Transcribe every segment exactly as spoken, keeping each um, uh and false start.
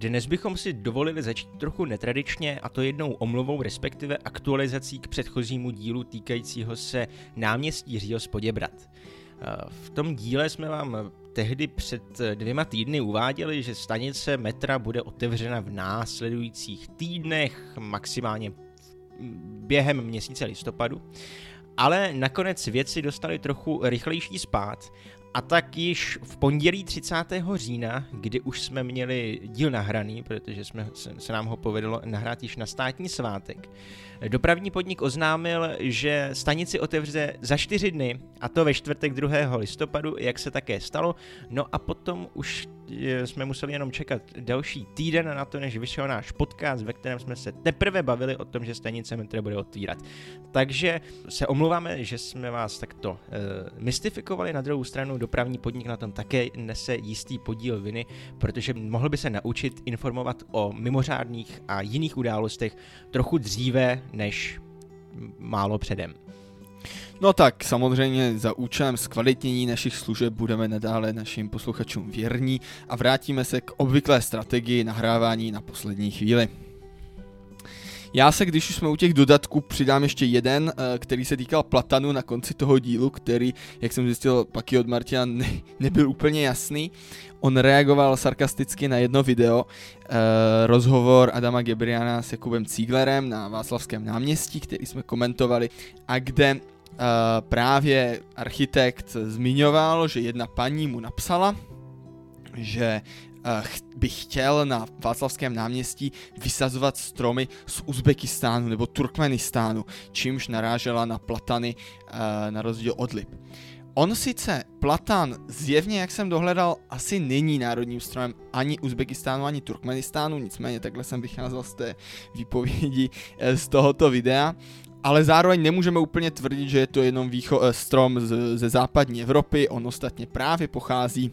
Dnes bychom si dovolili začít trochu netradičně, a to jednou omluvou, respektive aktualizací k předchozímu dílu týkajícího se náměstí Jiřího z Poděbrad. V tom díle jsme vám tehdy před dvěma týdny uváděli, že stanice metra bude otevřena v následujících týdnech, maximálně během měsíce listopadu, ale nakonec věci dostaly trochu rychlejší spád. A tak již v pondělí třicátého října, kdy už jsme měli díl nahraný, protože jsme, se, se nám ho povedlo nahrát již na státní svátek, dopravní podnik oznámil, že stanici otevře za čtyři dny, a to ve čtvrtek druhého listopadu, jak se také stalo. No a potom už jsme museli jenom čekat další týden na to, než vyšel náš podcast, ve kterém jsme se teprve bavili o tom, že stanice metra bude otvírat. Takže se omlouváme, že jsme vás takto uh, mystifikovali. Na druhou stranu dopravní podnik na tom také nese jistý podíl viny, protože mohl by se naučit informovat o mimořádných a jiných událostech trochu dříve než málo předem. No tak, samozřejmě za účelem zkvalitnění našich služeb budeme nadále našim posluchačům věrní a vrátíme se k obvyklé strategii nahrávání na poslední chvíli. Já se, když už jsme u těch dodatků, přidám ještě jeden, který se týkal platanu na konci toho dílu, který, jak jsem zjistil, pak i od Martina ne, nebyl úplně jasný. On reagoval sarkasticky na jedno video, eh, rozhovor Adama Gebriana s Jakubem Cíglerem na Václavském náměstí, který jsme komentovali, a kde eh, právě architekt zmiňoval, že jedna paní mu napsala, že by chtěl na Václavském náměstí vysazovat stromy z Uzbekistánu nebo Turkmenistánu, čímž narážela na platany na rozdíl od lip. On sice platan zjevně, jak jsem dohledal, asi není národním stromem ani Uzbekistánu, ani Turkmenistánu, nicméně takhle jsem vycházel z té výpovědi z tohoto videa, ale zároveň nemůžeme úplně tvrdit, že je to jenom výcho- strom z, ze západní Evropy. On ostatně právě pochází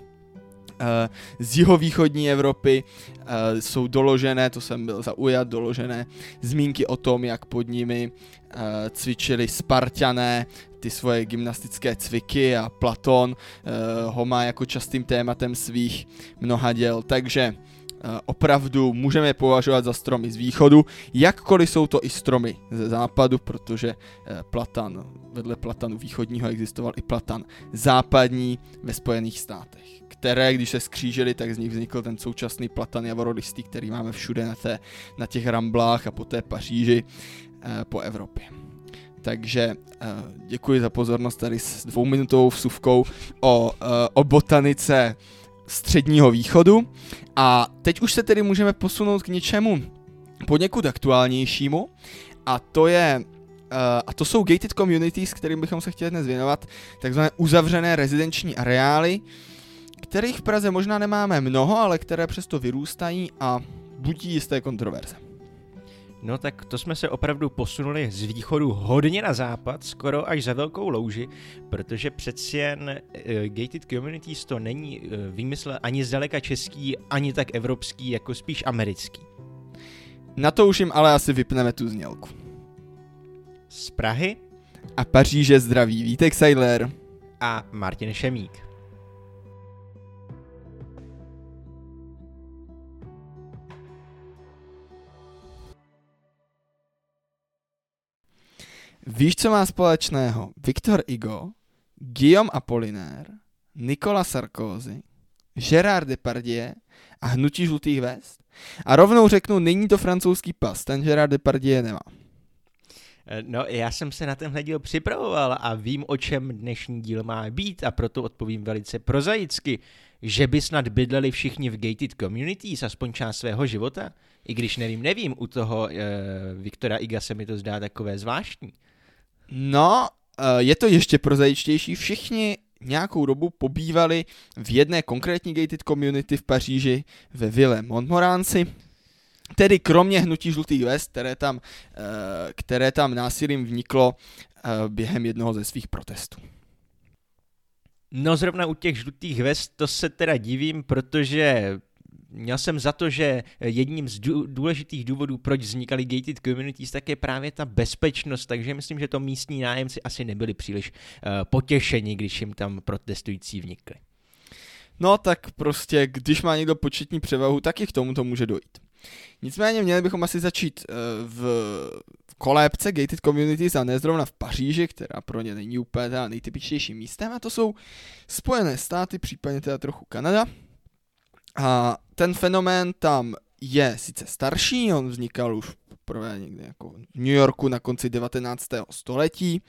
z jihovýchodní Evropy. Jsou doložené, to jsem byl zaujat, doložené zmínky o tom, jak pod nimi cvičili Spartané ty svoje gymnastické cviky, a Platon ho má jako častým tématem svých mnoha děl. Takže opravdu můžeme považovat za stromy z východu, jakkoliv jsou to i stromy ze západu, protože platan, vedle platanu východního existoval i platan západní ve Spojených státech, které, když se skřížily, tak z nich vznikl ten současný platan javorolistý, který máme všude na, té, na těch ramblách a po té Paříži eh, po Evropě. Takže eh, děkuji za pozornost tady s dvouminutovou vsuvkou o, eh, o botanice Středního východu. A teď už se tedy můžeme posunout k něčemu poněkud aktuálnějšímu, a to je Uh, a to jsou gated communities, kterým bychom se chtěli dnes věnovat, takzvané uzavřené rezidenční areály, kterých v Praze možná nemáme mnoho, ale které přesto vyrůstají a budí jisté kontroverze. No tak to jsme se opravdu posunuli z východu hodně na západ, skoro až za Velkou louži, protože přeci jen uh, gated communities to není uh, výmysl ani zdaleka český, ani tak evropský, jako spíš americký. Na to už jim ale asi vypneme tu znělku. Z Prahy a Paříže zdraví Vítek Seidler a Martin Šemík. Víš, co má společného Victor Hugo, Guillaume Apollinaire, Nicolas Sarkozy, Gérard Depardieu a hnutí žlutých vest? A rovnou řeknu, není to francouzský pas, ten Gérard Depardieu nemá. No, já jsem se na tenhle díl připravoval a vím, o čem dnešní díl má být, a proto odpovím velice prozaicky, že by snad bydleli všichni v gated communities aspoň část svého života, i když nevím, nevím, u toho e, Viktora Iga se mi to zdá takové zvláštní. No, je to ještě prozaičtější, všichni nějakou dobu pobývali v jedné konkrétní gated community v Paříži ve Ville Montmorency. Tedy kromě hnutí žlutých vest, které tam, které tam násilím vniklo během jednoho ze svých protestů. No zrovna u těch žlutých vest to se teda divím, protože měl jsem za to, že jedním z důležitých důvodů, proč vznikaly gated communities, tak je právě ta bezpečnost, takže myslím, že to místní nájemci asi nebyli příliš potěšeni, když jim tam protestující vnikli. No tak prostě, když má někdo početní převahu, tak i k tomu to může dojít. Nicméně měli bychom asi začít v kolébce gated communities a ne zrovna v Paříži, která pro ně není úplně teda nejtypičtějším místem, a to jsou Spojené státy, případně teda trochu Kanada. A ten fenomén tam je sice starší, on vznikal už poprvé někde jako v New Yorku na konci devatenáctého století.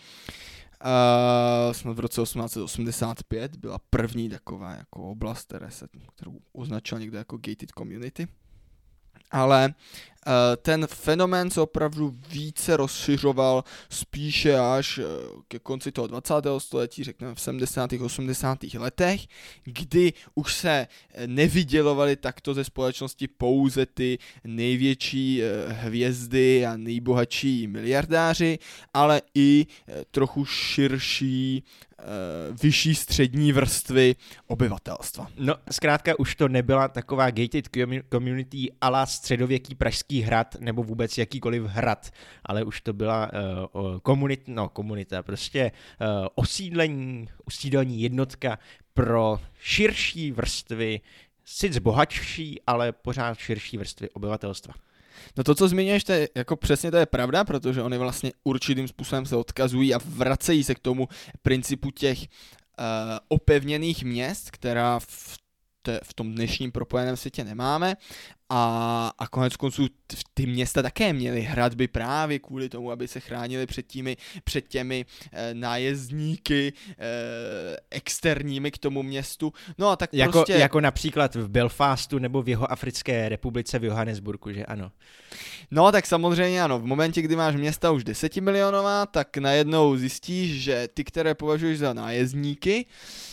Uh, jsme v roce osmnáct set osmdesát pět byla první taková jako oblast, které se, kterou označil někdo jako gated community. Ale uh, ten fenomén se opravdu více rozšiřoval spíše až uh, ke konci toho dvacátého století, řekněme v sedmdesátých osmdesátých letech, kdy už se nevydělovaly takto ze společnosti pouze ty největší uh, hvězdy a nejbohatší miliardáři, ale i uh, trochu širší vyšší střední vrstvy obyvatelstva. No, zkrátka už to nebyla taková gated community a la středověký pražský hrad nebo vůbec jakýkoliv hrad, ale už to byla uh, komunit, no, komunita, prostě uh, osídlení, usídlení jednotka pro širší vrstvy, sice bohatší, ale pořád širší vrstvy obyvatelstva. No to, co zmiňuješ, to je, jako přesně to je pravda, protože oni vlastně určitým způsobem se odkazují a vracejí se k tomu principu těch uh, opevněných měst, která v, te, v tom dnešním propojeném světě nemáme. A, a konec konců ty města také měly hradby právě kvůli tomu, aby se chránili před, těmi, před těmi e, nájezdníky e, externími k tomu městu. No a tak jako, prostě... Jako například v Belfastu nebo v Jihoafrické republice v Johannesburgu, že ano? No tak samozřejmě ano, v momentě, kdy máš města už desetimilionová, tak najednou zjistíš, že ty, které považuješ za nájezdníky,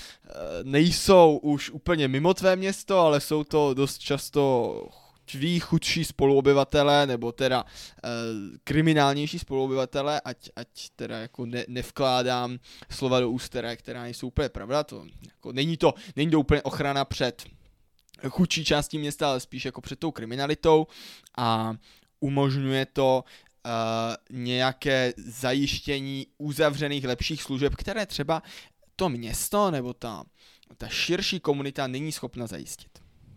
nejsou už úplně mimo tvé město, ale jsou to dost často tví chudší spoluobyvatele, nebo teda e, kriminálnější spoluobyvatele, ať, ať teda jako ne, nevkládám slova do úst, která nejsou úplně pravda, to jako není to, není to úplně ochrana před chudší částí města, ale spíš jako před tou kriminalitou, a umožňuje to e, nějaké zajištění uzavřených lepších služeb, které třeba to město nebo ta, ta širší komunita není schopna zajistit.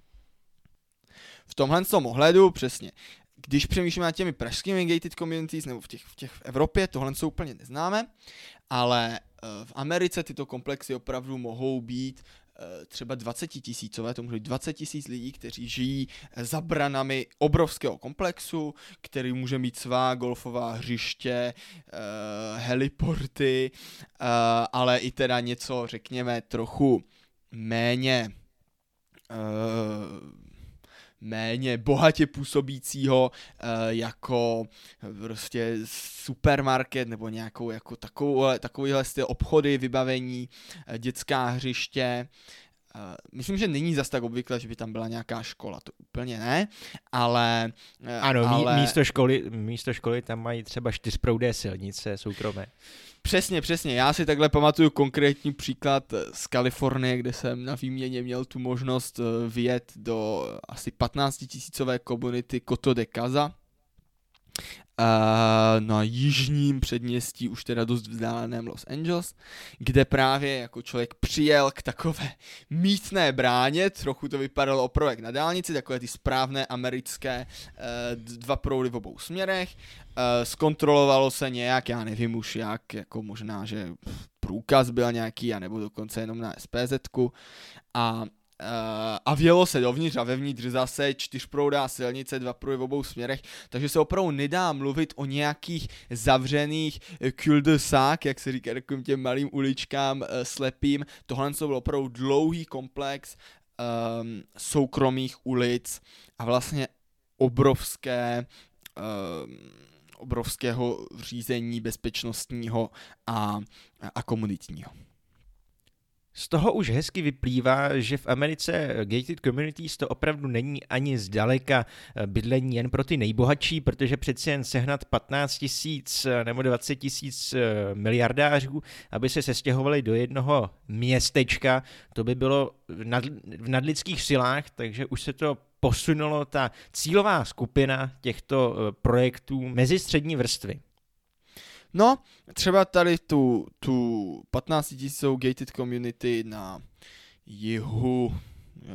V tomhle tom ohledu přesně, když přemýšlíme nad těmi pražskými gated communities nebo v těch, v těch v Evropě, tohle jsou úplně neznáme, ale v Americe tyto komplexy opravdu mohou být třeba dvacetitisícové, to může být dvacet tisíc lidí, kteří žijí za branami obrovského komplexu, který může mít svá golfová hřiště, heliporty, ale i teda něco, řekněme, trochu méně méně bohatě působícího, jako prostě supermarket nebo nějakou jako takovou, takovýhle styl obchody, vybavení, dětská hřiště. Myslím, že není zas tak obvykle, že by tam byla nějaká škola, to úplně ne, ale... Ano, ale... místo, školy, místo školy tam mají třeba čtyřproudé silnice soukromé. Přesně, přesně. Já si takhle pamatuju konkrétní příklad z Kalifornie, kde jsem na výměně měl tu možnost vyjet do asi patnáctitisícové komunity Coto de Caza, na jižním předměstí, už teda dost vzdáleném Los Angeles, kde právě jako člověk přijel k takové mýtné bráně, trochu to vypadalo opravdu jak na dálnici, takové ty správné americké dva proudy v obou směrech, zkontrolovalo se nějak, já nevím už jak, jako možná, že průkaz byl nějaký, anebo dokonce jenom na SPZku, a Uh, a vjelo se dovnitř a vevnitř zase čtyřproudá silnice, dva proudy v obou směrech, takže se opravdu nedá mluvit o nějakých zavřených cul-de-sac, jak se říká takovým těm malým uličkám uh, slepým. Tohle byl opravdu dlouhý komplex um, soukromých ulic a vlastně obrovské um, obrovského řízení bezpečnostního a, a komunitního. Z toho už hezky vyplývá, že v Americe gated communities to opravdu není ani zdaleka bydlení jen pro ty nejbohatší, protože přeci jen sehnat patnáct tisíc nebo dvacet tisíc miliardářů, aby se sestěhovali do jednoho městečka, to by bylo v nadlidských silách, takže už se to posunulo, ta cílová skupina těchto projektů mezi střední vrstvy. No, třeba tady tu, tu patnáctitisícovou gated community na jihu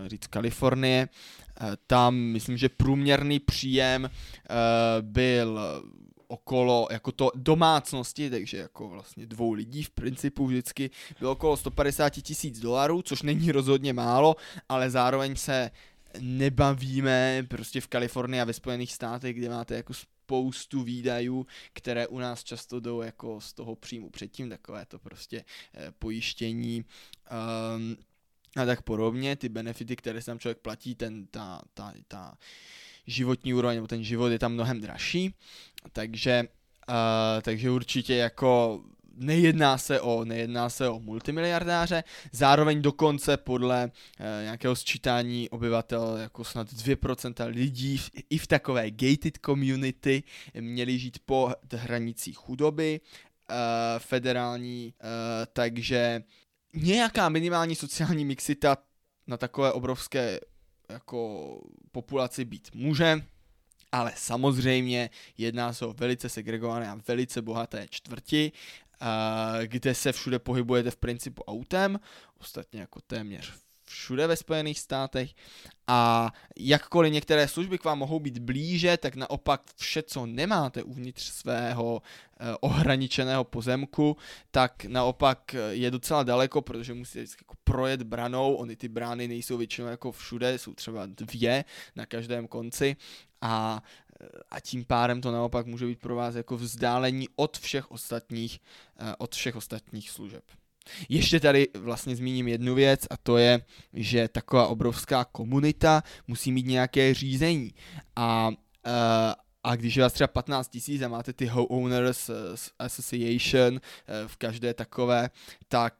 můžeme říct Kalifornie. Tam myslím, že průměrný příjem byl okolo jako to domácnosti, takže jako vlastně dvou lidí v principu vždycky bylo okolo sto padesát tisíc dolarů, což není rozhodně málo, ale zároveň se nebavíme prostě v Kalifornii a ve Spojených státech, kde máte jako spoustu výdajů, které u nás často jdou jako z toho příjmu předtím, takové to prostě eh, pojištění um, a tak podobně, ty benefity, které se tam člověk platí, ten, ta, ta, ta životní úroveň, nebo ten život je tam mnohem dražší, takže, uh, takže určitě jako nejedná se o, nejedná se o multimiliardáře, zároveň dokonce podle uh, nějakého sčítání obyvatel jako snad dvě procenta lidí v, i v takové gated community měli žít po hranicích chudoby uh, federální, uh, takže nějaká minimální sociální mixita na takové obrovské jako populaci být může, ale samozřejmě jedná se o velice segregované a velice bohaté čtvrti, kde se všude pohybujete v principu autem, ostatně jako téměř všude ve Spojených státech, a jakkoliv některé služby k vám mohou být blíže, tak naopak vše, co nemáte uvnitř svého eh, ohraničeného pozemku, tak naopak je docela daleko, protože musíte jako projet branou, ony ty brány nejsou většinou jako všude, jsou třeba dvě na každém konci, a a tím pádem to naopak může být pro vás jako vzdálení od všech ostatních, od všech ostatních služeb. Ještě tady vlastně zmíním jednu věc, a to je, že taková obrovská komunita musí mít nějaké řízení. A, a když je vás třeba patnáct tisíc a máte ty Homeowners Association v každé takové, tak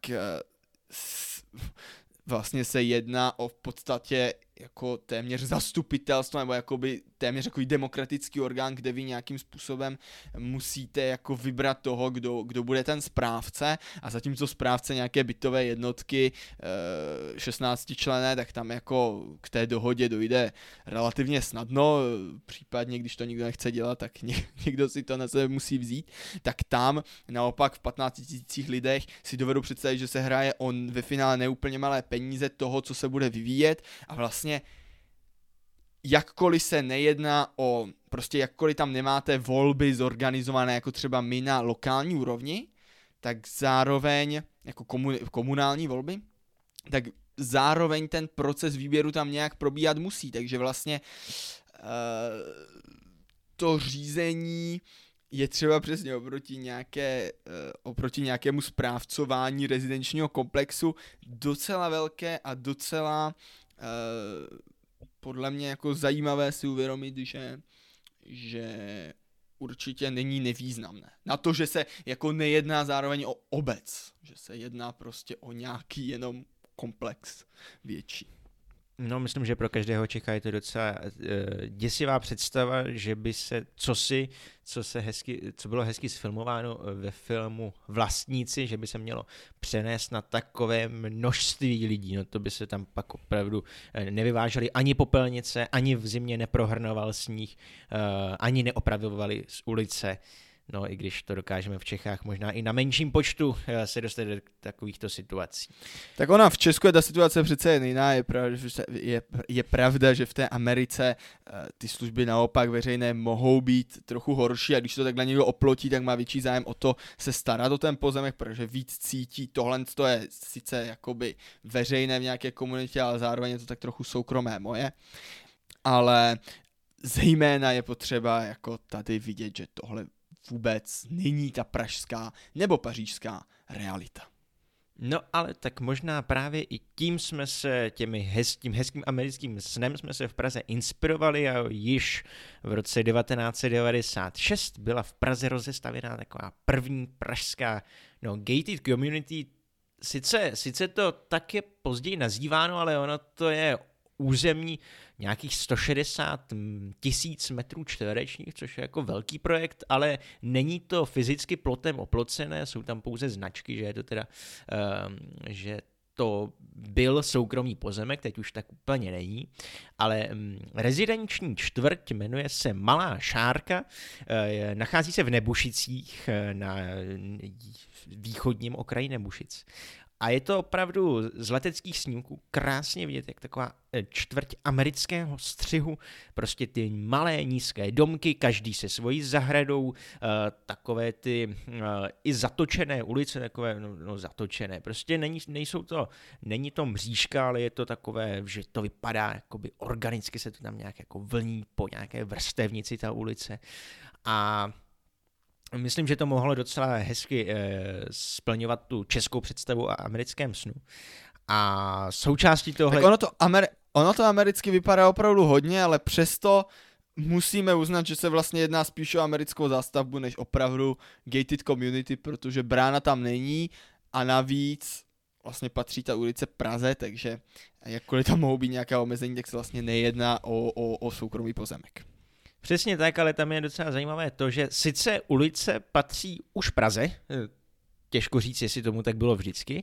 vlastně se jedná o v podstatě jako téměř zastupitelstvo, nebo jakoby téměř jako demokratický orgán, kde vy nějakým způsobem musíte jako vybrat toho, kdo, kdo bude ten správce, a zatímco správce nějaké bytové jednotky šestnáctičlenné, tak tam jako k té dohodě dojde relativně snadno, případně když to nikdo nechce dělat, tak někdo si to na sebe musí vzít, tak tam naopak v patnácti tisících lidech si dovedu představit, že se hraje on ve finále neúplně malé peníze toho, co se bude vyvíjet, a vlastně jakkoliv se nejedná o, prostě jakkoliv tam nemáte volby zorganizované jako třeba my na lokální úrovni, tak zároveň jako komun, komunální volby, tak zároveň ten proces výběru tam nějak probíhat musí, takže vlastně uh, to řízení je třeba přesně oproti, nějaké, uh, oproti nějakému správcování rezidenčního komplexu docela velké a docela uh, podle mě jako zajímavé si uvědomit, že, že určitě není nevýznamné. Na to, že se jako nejedná zároveň o obec, že se jedná prostě o nějaký jenom komplex větší. No, myslím, že pro každého Čecha je to docela uh, děsivá představa, že by se cosi, co se hezky, co bylo hezky sfilmováno ve filmu Vlastníci, že by se mělo přenést na takové množství lidí. No to by se tam pak opravdu nevyvážely ani popelnice, ani v zimě neprohrnoval sníh, uh, ani neopravovali z ulice. No, i když to dokážeme v Čechách možná i na menším počtu se dostat do takovýchto situací. Tak ona v Česku je ta situace přece jen jiná. Je pravda, je, je pravda, že v té Americe ty služby naopak veřejné mohou být trochu horší, a když to takhle někdo oplotí, tak má větší zájem o to se starat o ten pozemek, protože víc cítí, tohle to je sice jakoby veřejné v nějaké komunitě, ale zároveň je to tak trochu soukromé moje. Ale zejména je potřeba jako tady vidět, že tohle vůbec není ta pražská nebo pařížská realita. No ale tak možná právě i tím jsme se, těmi hez, tím hezkým americkým snem jsme se v Praze inspirovali, a již v roce devatenáct set devadesát šest byla v Praze rozestavěná taková první pražská no, gated community. Sice, sice to tak je později nazýváno, ale ono to je území nějakých sto šedesát tisíc metrů čtverečních, což je jako velký projekt, ale není to fyzicky plotem oplocené, jsou tam pouze značky, že je to teda, um, že to byl soukromý pozemek, teď už tak úplně není, ale um, rezidenční čtvrť jmenuje se Malá Šárka, uh, nachází se v Nebušicích na východním okraji Nebušic. A je to opravdu z leteckých snímků krásně vidět, jak taková čtvrť amerického střihu, prostě ty malé nízké domky, každý se svojí zahradou, takové ty i zatočené ulice, takové no, no zatočené, prostě není, nejsou to, není to mřížka, ale je to takové, že to vypadá jakoby organicky, se to tam nějak jako vlní po nějaké vrstevnici ta ulice a myslím, že to mohlo docela hezky eh, splňovat tu českou představu o americkém snu. A součástí tohle... Tak ono to, Amer- ono to americky vypadá opravdu hodně, ale přesto musíme uznat, že se vlastně jedná spíš o americkou zástavbu, než opravdu gated community, protože brána tam není a navíc vlastně patří ta ulice Praze, takže jakkoliv tam mohou být nějaká omezení, tak se vlastně nejedná o, o, o soukromý pozemek. Přesně tak, ale tam je docela zajímavé to, že sice ulice patří už Praze, těžko říct, jestli tomu tak bylo vždycky,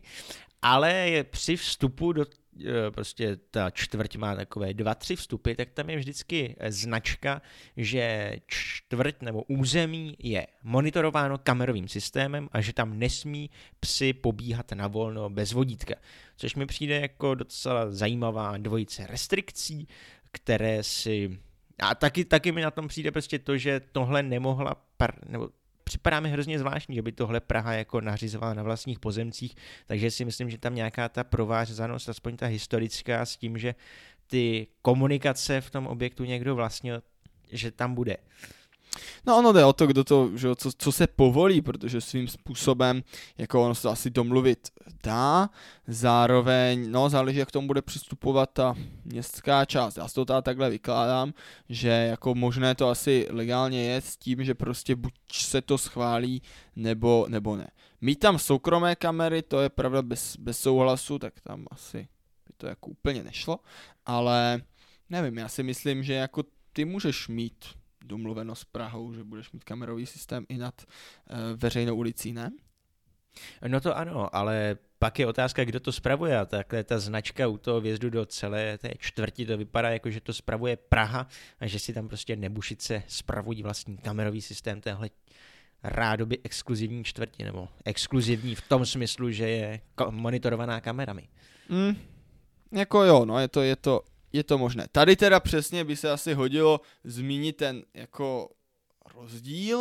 ale při vstupu do, prostě ta čtvrť má takové dva, tři vstupy, tak tam je vždycky značka, že čtvrť nebo území je monitorováno kamerovým systémem a že tam nesmí psi pobíhat na volno bez vodítka, což mi přijde jako docela zajímavá dvojice restrikcí, které si... A taky, taky mi na tom přijde prostě to, že tohle nemohla, pr- nebo připadá mi hrozně zvláštní, že by tohle Praha jako nařizovala na vlastních pozemcích, takže si myslím, že tam nějaká ta provázanost, aspoň ta historická s tím, že ty komunikace v tom objektu někdo vlastnil, že tam bude. No ono jde o to, kdo to, že, co, co se povolí, protože svým způsobem, jako ono se to asi domluvit dá, zároveň, no záleží, jak k tomu bude přistupovat ta městská část. Já si to tady takhle vykládám, že jako možné to asi legálně je s tím, že prostě buď se to schválí, nebo, nebo ne. Mít tam soukromé kamery, to je pravda bez, bez souhlasu, tak tam asi by to jako úplně nešlo, ale nevím, já si myslím, že jako ty můžeš mít domluveno s Prahou, že budeš mít kamerový systém i nad e, veřejnou ulicí, ne? No to ano, ale pak je otázka, kdo to spravuje a takhle ta značka u toho vjezdu do celé té čtvrti to vypadá jako, že to spravuje Praha a že si tam prostě Nebušice spravují vlastní kamerový systém téhle rádoby exkluzivní čtvrti, nebo exkluzivní v tom smyslu, že je monitorovaná kamerami. Mm, jako jo, no je to, je to Je to možné. Tady teda přesně by se asi hodilo zmínit ten jako rozdíl,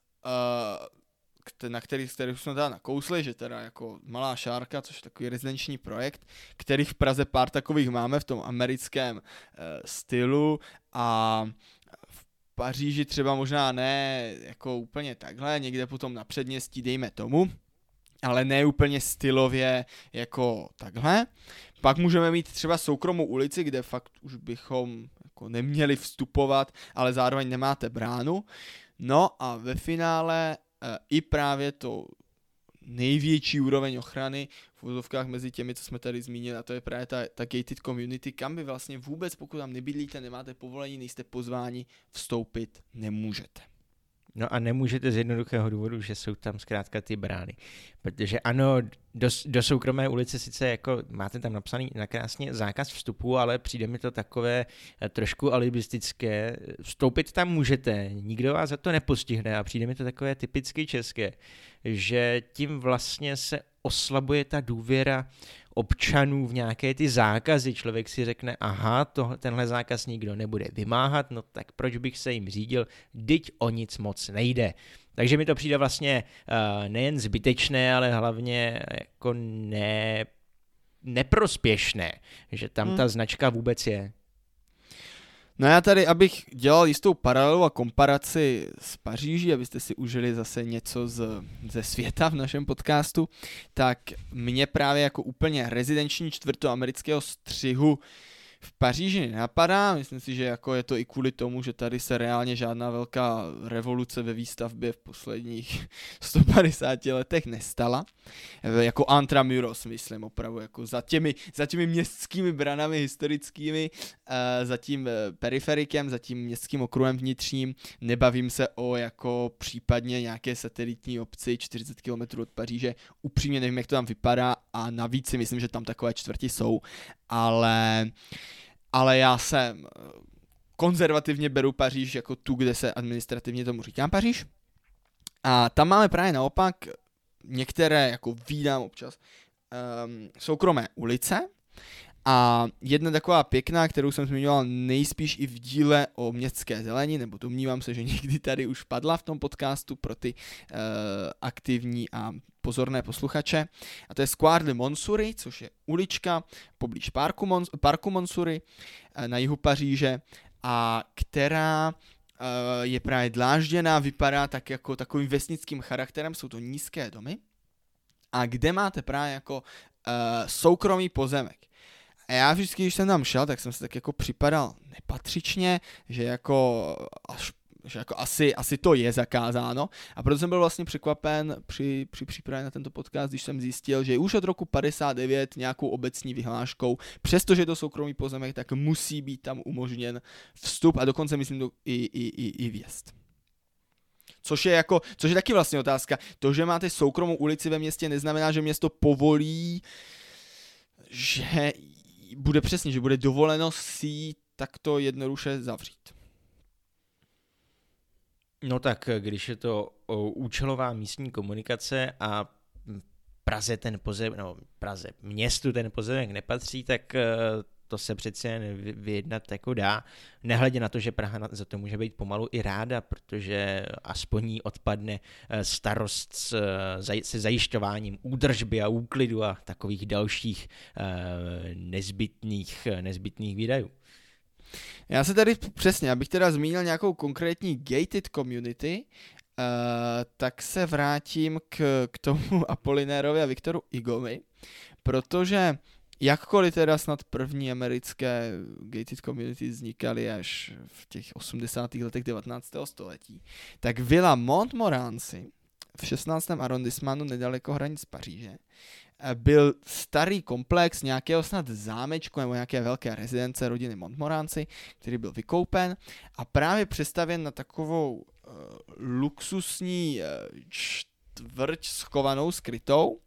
uh, na který, který jsme teda nakousli, že teda jako Malá Šárka, což je takový rezidenční projekt, který v Praze pár takových máme v tom americkém uh, stylu a v Paříži třeba možná ne jako úplně takhle, někde potom na předměstí dejme tomu, ale ne úplně stylově jako takhle. Pak můžeme mít třeba soukromou ulici, kde fakt už bychom jako neměli vstupovat, ale zároveň nemáte bránu. No a ve finále e, i právě to největší úroveň ochrany v úzovkách mezi těmi, co jsme tady zmínili, a to je právě ta, ta gated community, kam vy vlastně vůbec, pokud tam nebydlíte, nemáte povolení, nejste pozváni, vstoupit nemůžete. No a nemůžete z jednoduchého důvodu, že jsou tam zkrátka ty brány. Protože ano, do, do soukromé ulice sice jako máte tam napsaný nakrásně zákaz vstupu, ale přijde mi to takové trošku alibistické. Vstoupit tam můžete, nikdo vás za to nepostihne a přijde mi to takové typicky české, že tím vlastně se oslabuje ta důvěra občanů v nějaké ty zákazy. Člověk si řekne, aha, to, tenhle zákaz nikdo nebude vymáhat, no tak proč bych se jim řídil, dyť o nic moc nejde. Takže mi to přijde vlastně uh, nejen zbytečné, ale hlavně jako ne, neprospěšné, že tam hmm. ta značka vůbec je. No já tady, abych dělal jistou paralelu a komparaci s Paříží, abyste si užili zase něco z, ze světa v našem podcastu, tak mě právě jako úplně rezidenční čtvrto amerického střihu v Paříži nenapadá. Myslím si, že jako je to i kvůli tomu, že tady se reálně žádná velká revoluce ve výstavbě v posledních sto padesáti letech nestala. Jako Intramuros, myslím opravdu, jako za těmi, za těmi městskými branami historickými, za tím periferikem, za tím městským okruhem vnitřním. Nebavím se o jako případně nějaké satelitní obci čtyřicet kilometrů od Paříže. Upřímně nevím, jak to tam vypadá a navíc si myslím, že tam takové čtvrti jsou, ale... Ale já jsem konzervativně beru Paříž jako tu, kde se administrativně tomu říkám Paříž. A tam máme právě naopak některé, jako vídám občas, um, soukromé ulice. A jedna taková pěkná, kterou jsem zmiňoval nejspíš i v díle o městské zelení, nebo domnívám se, že někdy tady už padla v tom podcastu pro ty uh, aktivní a pozorné posluchače. A to je Square de Montsouris, což je ulička poblíž parku, Mons- parku Montsouris uh, na jihu Paříže, a která uh, je právě dlážděná, vypadá tak jako takovým vesnickým charakterem, jsou to nízké domy, a kde máte právě jako uh, soukromý pozemek. A já vždycky, když jsem tam šel, tak jsem se tak jako připadal nepatřičně, že jako, až, že jako asi, asi to je zakázáno. A proto jsem byl vlastně překvapen při, při přípravě na tento podcast, když jsem zjistil, že už od roku padesát devět nějakou obecní vyhláškou, přestože je to soukromý pozemek, tak musí být tam umožněn vstup a dokonce myslím i, i, i, i vjezd. Což je, jako, což je taky vlastně otázka. To, že máte soukromou ulici ve městě, neznamená, že město povolí, že bude přesně, že bude dovoleno si takto jednoduše zavřít. No tak, když je to účelová místní komunikace a Praze ten pozemek, no Praze, městu ten pozemek nepatří, tak to se přece jen vyjednat jako dá. Nehledě na to, že Praha za to může být pomalu i ráda, protože aspoň jí odpadne starost se zajišťováním údržby a úklidu a takových dalších nezbytných, nezbytných výdajů. Já se tady přesně, abych teda zmínil nějakou konkrétní gated community, uh, tak se vrátím k, k tomu Apolinérovi a Viktoru Hugovi, protože jakkoliv teda snad první americké gated community vznikaly až v těch osmdesátých letech devatenáctého století, tak Villa Montmorency v šestnáctém arrondissementu nedaleko hranic Paříže byl starý komplex nějakého snad zámečku nebo nějaké velké rezidence rodiny Montmorency, který byl vykoupen a právě přestavěn na takovou uh, luxusní uh, čtvrť schovanou, skrytou,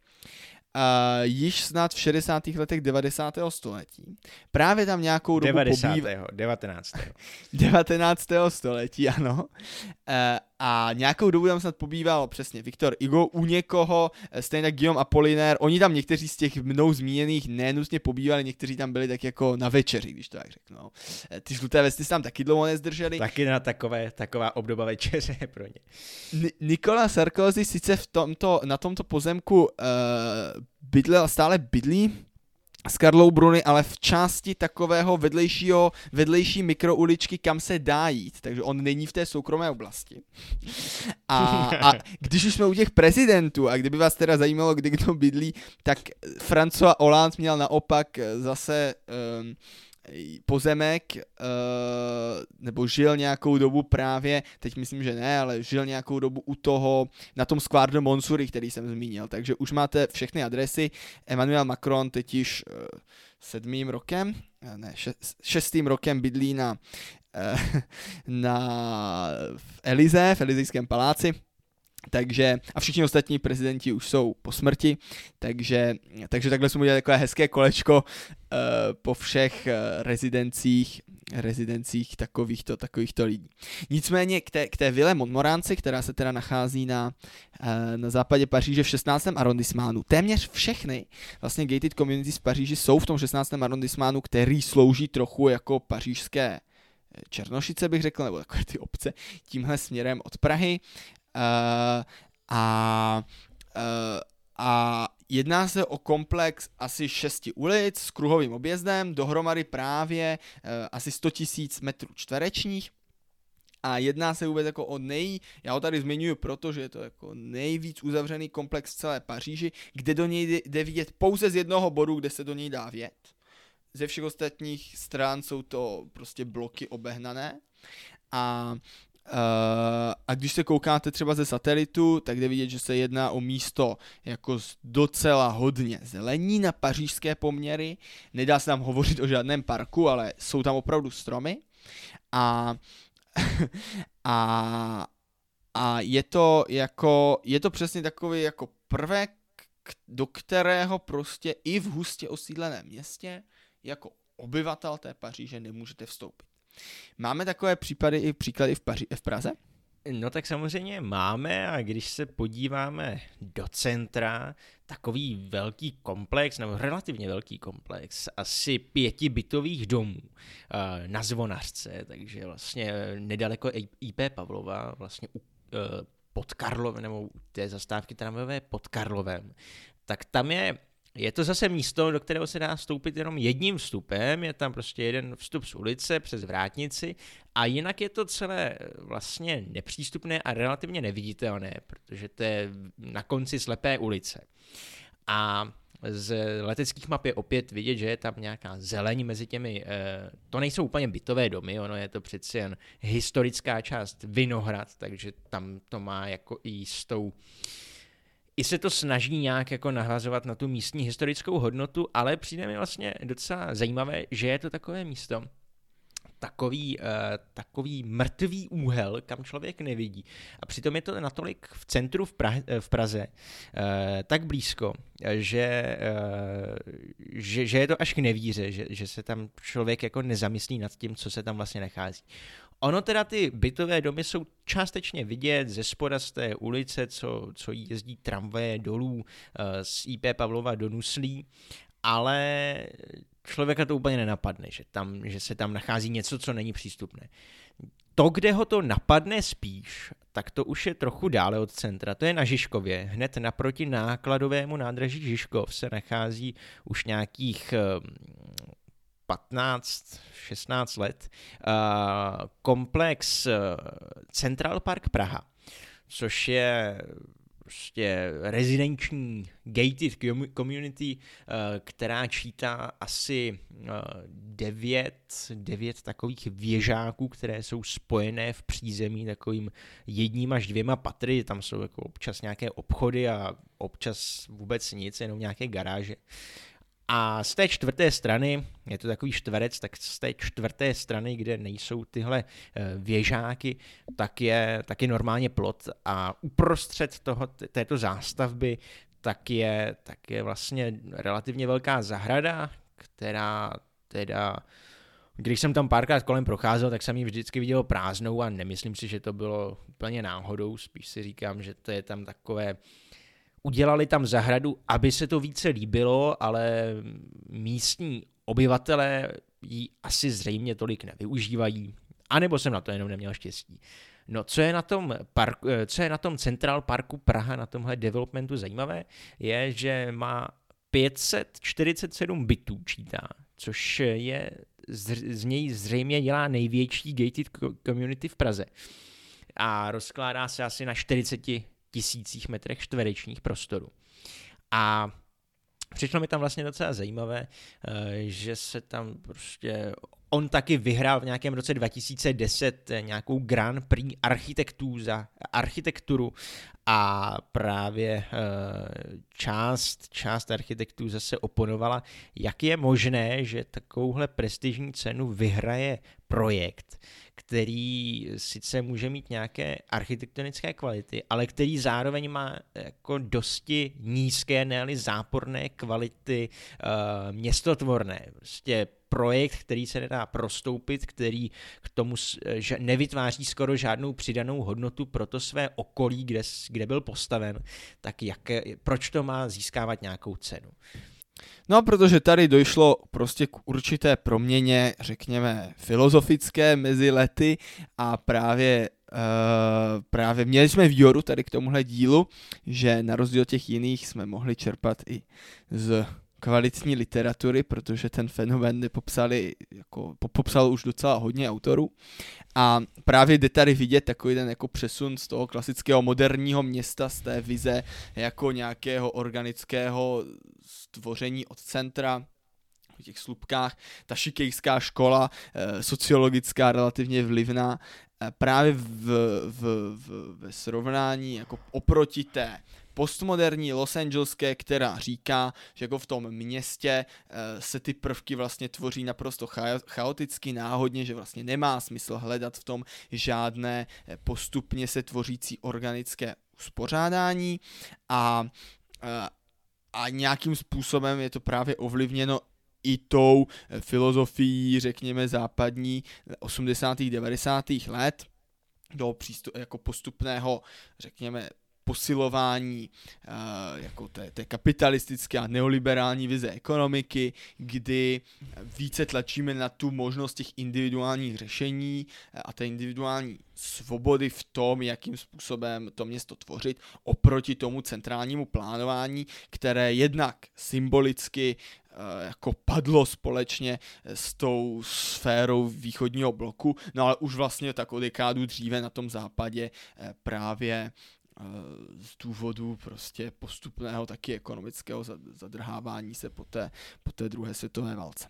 Uh, již snad v šedesátých letech devadesátého století. Právě tam nějakou dobu devadesátého devatenáctého devatenáctého století, ano. Uh, a nějakou dobu tam snad pobýval přesně Victor Hugo u někoho, stejně tak Guillaume Apollinaire. Oni tam někteří z těch mnou zmíněných nenutně pobývali, někteří tam byli tak jako na večeři, když to tak řeknu. No. Ty žluté vesty se tam taky dlouho nezdrželi. Taky na takové, taková obdoba večeře pro ně. Ni- Nicolas Sarkozy sice v tomto, na tomto pozemku uh, bydlel, stále bydlí s Karlou Bruni, ale v části takového vedlejšího, vedlejší mikrouličky, kam se dá jít, takže on není v té soukromé oblasti. A, a když už jsme u těch prezidentů, a kdyby vás teda zajímalo, kde kdo bydlí, tak François Hollande měl naopak zase um, pozemek, uh, nebo žil nějakou dobu právě, teď myslím, že ne, ale žil nějakou dobu u toho, na tom Square de Montsouris, který jsem zmínil, takže už máte všechny adresy. Emmanuel Macron teď již uh, sedmým rokem, ne, šest, šestým rokem bydlí na, uh, na v Elize, v Elizejském paláci. Takže, a všichni ostatní prezidenti už jsou po smrti, takže, takže takhle jsme udělali takové hezké kolečko uh, po všech uh, rezidencích, rezidencích takovýchto, takovýchto lidí. Nicméně k té, k té Ville Montmorency, která se teda nachází na, uh, na západě Paříže v šestnáctém arrondissementu, téměř všechny vlastně gated communities v Paříži jsou v tom šestnáctém arrondissementu, který slouží trochu jako pařížské Černošice, bych řekl, nebo takové ty obce tímhle směrem od Prahy. Uh, a, uh, a jedná se o komplex asi šesti ulic s kruhovým objezdem, dohromady právě uh, asi sto tisíc metrů čtverečních. A jedná se vůbec jako o nej, já ho tady zmiňuji, protože je to jako nejvíc uzavřený komplex v celé Paříži, kde do něj jde vidět pouze z jednoho bodu, kde se do něj dá vjet. Ze všech ostatních stran jsou to prostě bloky obehnané. A Uh, a když se koukáte třeba ze satelitu, tak jde vidět, že se jedná o místo jako docela hodně zelení na pařížské poměry. Nedá se tam hovořit o žádném parku, ale jsou tam opravdu stromy. A, a, a je to jako, je to přesně takový jako prvek, do kterého prostě i v hustě osídleném městě jako obyvatel té Paříže nemůžete vstoupit. Máme takové případy i příklady v, Paři- v Praze? No tak samozřejmě máme, a když se podíváme do centra, takový velký komplex, nebo relativně velký komplex, asi pěti bytových domů na Zvonařce, takže vlastně nedaleko í pé Pavlova, vlastně u, pod Karlovem, nebo u té zastávky tramvajové pod Karlovem, tak tam je Je to zase místo, do kterého se dá vstoupit jenom jedním vstupem, je tam prostě jeden vstup z ulice přes vrátnici a jinak je to celé vlastně nepřístupné a relativně neviditelné, protože to je na konci slepé ulice. A z leteckých map je opět vidět, že je tam nějaká zeleň mezi těmi, to nejsou úplně bytové domy, ono je to přeci jen historická část Vinohrad, takže tam to má jako i jistou I se to snaží nějak jako nahrazovat na tu místní historickou hodnotu, ale přijde mi vlastně docela zajímavé, že je to takové místo, takový, uh, takový mrtvý úhel, kam člověk nevidí. A přitom je to natolik v centru v, Prahe, v Praze, uh, tak blízko, že, uh, že, že je to až k nevíře, že, že se tam člověk jako nezamyslí nad tím, co se tam vlastně nachází. Ono teda ty bytové domy jsou částečně vidět ze spoda z té ulice, co, co jezdí tramvaje dolů uh, z í pé Pavlova do Nuslí, ale člověka to úplně nenapadne, že, tam, že se tam nachází něco, co není přístupné. To, kde ho to napadne spíš, tak to už je trochu dále od centra. To je na Žižkově. Hned naproti nákladovému nádraží Žižkov se nachází už nějakých patnáct šestnáct let komplex Central Park Praha, což je prostě rezidenční gated community, která čítá asi devět, devět takových věžáků, které jsou spojené v přízemí takovým jedním až dvěma patry. Tam jsou jako občas nějaké obchody a občas vůbec nic, jenom nějaké garáže. A z té čtvrté strany, je to takový čtverec, tak z té čtvrté strany, kde nejsou tyhle věžáky, tak je, tak je normálně plot a uprostřed toho, této zástavby tak je, tak je vlastně relativně velká zahrada, která teda, když jsem tam párkrát kolem procházel, tak jsem ji vždycky viděl prázdnou a nemyslím si, že to bylo úplně náhodou, spíš si říkám, že to je tam takové. Udělali tam zahradu, aby se to více líbilo, ale místní obyvatelé ji asi zřejmě tolik nevyužívají, anebo jsem na to jenom neměl štěstí. No, co je na tom, parku, co je na tom Central Parku Praha, na tomhle developmentu zajímavé, je, že má pět set čtyřicet sedm bytů čítá, což je, z něj zřejmě dělá největší gated community v Praze. A rozkládá se asi na čtyřiceti tisících metrech čtverečních prostoru. A přišlo mi tam vlastně docela zajímavé, že se tam prostě, on taky vyhrál v nějakém roce dva tisíce deset nějakou Grand Prix architektů za architekturu a právě část, část architektů zase oponovala, jak je možné, že takovouhle prestižní cenu vyhraje projekt, který sice může mít nějaké architektonické kvality, ale který zároveň má jako dosti nízké, ne-li záporné kvality uh, městotvorné. Prostě projekt, který se nedá prostoupit, který k tomu že nevytváří skoro žádnou přidanou hodnotu pro to své okolí, kde, kde byl postaven, tak jak, proč to má získávat nějakou cenu? No a protože tady došlo prostě k určité proměně, řekněme, filozofické mezi lety a právě, uh, právě měli jsme výhodu tady k tomuhle dílu, že na rozdíl od těch jiných jsme mohli čerpat i z kvalitní literatury, protože ten fenomén popsali, jako, popsal už docela hodně autorů. A právě jde tady vidět takový ten jako přesun z toho klasického moderního města, z té vize jako nějakého organického stvoření od centra, v těch slupkách, ta šikejská škola, sociologická, relativně vlivná, právě v, v, v, ve srovnání jako oproti té postmoderní Los Angeleské, která říká, že jako v tom městě se ty prvky vlastně tvoří naprosto chaoticky, náhodně, že vlastně nemá smysl hledat v tom žádné postupně se tvořící organické uspořádání a, a nějakým způsobem je to právě ovlivněno i tou filozofií, řekněme, západní osmdesátých devadesátých let, do přístup, jako postupného, řekněme, posilování uh, jako té, té kapitalistické a neoliberální vize ekonomiky, kdy více tlačíme na tu možnost těch individuálních řešení a té individuální svobody v tom, jakým způsobem to město tvořit, oproti tomu centrálnímu plánování, které jednak symbolicky uh, jako padlo společně s tou sférou východního bloku, no ale už vlastně takovou dekádu dříve na tom západě uh, právě z důvodu prostě postupného taky ekonomického zadrhávání se po té, po té druhé světové válce.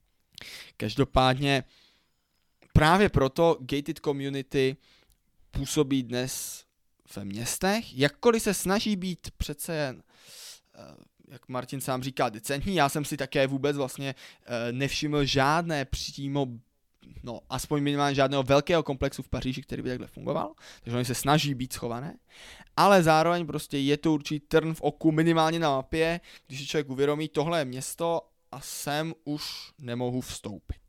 Každopádně právě proto gated community působí dnes ve městech, jakkoliv se snaží být přece jen, jak Martin sám říká, decentní. Já jsem si také vůbec vlastně nevšiml žádné přímo no, aspoň minimálně žádného velkého komplexu v Paříži, který by takhle fungoval, takže oni se snaží být schované, ale zároveň prostě je to určitý trn v oku minimálně na mapě, když si člověk uvědomí, tohle je město a sem už nemohu vstoupit.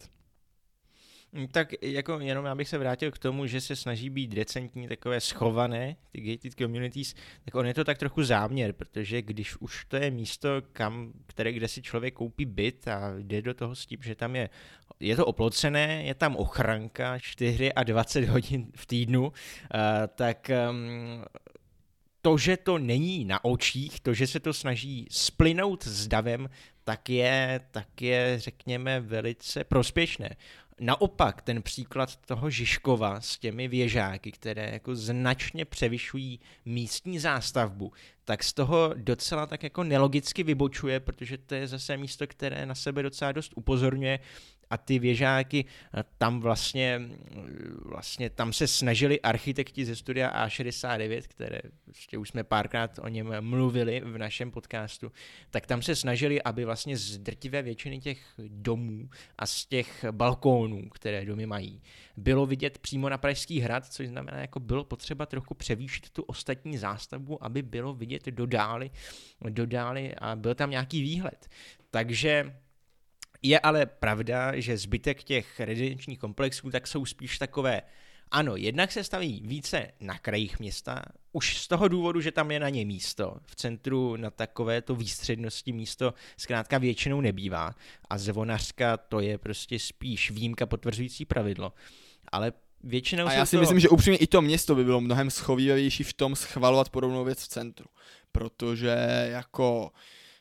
Tak jako jenom já bych se vrátil k tomu, že se snaží být decentní, takové schované, ty gated communities, tak on je to tak trochu záměr, protože když už to je místo, kam, které, kde si člověk koupí byt a jde do toho s tím, že tam je, je to oplocené, je tam ochranka dvacet čtyři hodin v týdnu, uh, tak um, to, že to není na očích, to, že se to snaží splynout s davem, tak je, tak je, řekněme, velice prospěšné. Naopak ten příklad toho Žižkova s těmi věžáky, které jako značně převyšují místní zástavbu, tak z toho docela tak jako nelogicky vybočuje, protože to je zase místo, které na sebe docela dost upozorňuje a ty věžáky tam vlastně, vlastně tam se snažili architekti ze studia A šedesát devět, které prostě už jsme párkrát o něm mluvili v našem podcastu, tak tam se snažili, aby vlastně z drtivé většiny těch domů a z těch balkónů, které domy mají, bylo vidět přímo na Pražský hrad, což znamená, jako bylo potřeba trochu převýšit tu ostatní zástavbu, aby bylo vidět do dály, do dály a byl tam nějaký výhled. Takže je ale pravda, že zbytek těch rezidenčních komplexů tak jsou spíš takové, ano, jednak se staví více na krajích města, už z toho důvodu, že tam je na ně místo. V centru na takovéto výstřednosti místo zkrátka většinou nebývá a zvonařka to je prostě spíš výjimka potvrzující pravidlo. Ale většinou a já si to... myslím, že upřímně i to město by bylo mnohem schovývavější v tom schvalovat podobnou věc v centru, protože jako...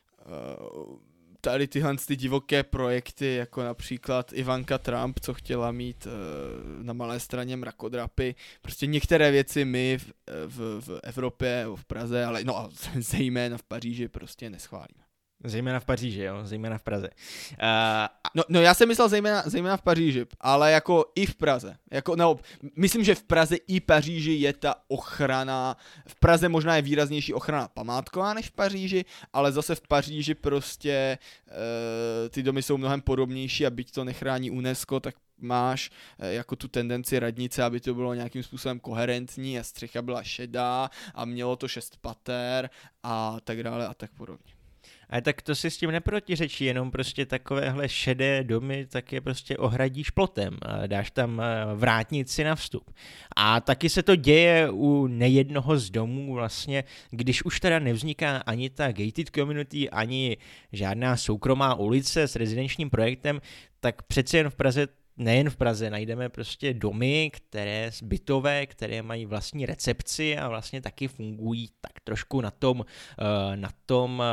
Uh... tady tyhle ty divoké projekty, jako například Ivanka Trump, co chtěla mít uh, na Malé Straně mrakodrapy. Prostě některé věci my v, v, v Evropě, v Praze, ale no a zejména v Paříži prostě neschválíme. Zejména v Paříži, jo, zejména v Praze. Uh, no, no já jsem myslel zejména, zejména v Paříži, ale jako i v Praze. Jako, no, myslím, že v Praze i Paříži je ta ochrana, v Praze možná je výraznější ochrana památková než v Paříži, ale zase v Paříži prostě uh, ty domy jsou mnohem podobnější a byť to nechrání UNESCO, tak máš uh, jako tu tendenci radnice, aby to bylo nějakým způsobem koherentní a střecha byla šedá a mělo to šest pater a tak dále a tak podobně. Ale tak to si s tím neprotiřečí, jenom prostě takovéhle šedé domy tak je prostě ohradíš plotem, dáš tam vrátnici na vstup. A taky se to děje u nejednoho z domů vlastně, když už teda nevzniká ani ta gated community, ani žádná soukromá ulice s rezidenčním projektem, tak přece jen v Praze nejen v Praze najdeme prostě domy, které bytové, které mají vlastní recepci a vlastně taky fungují tak trošku na tom, na tom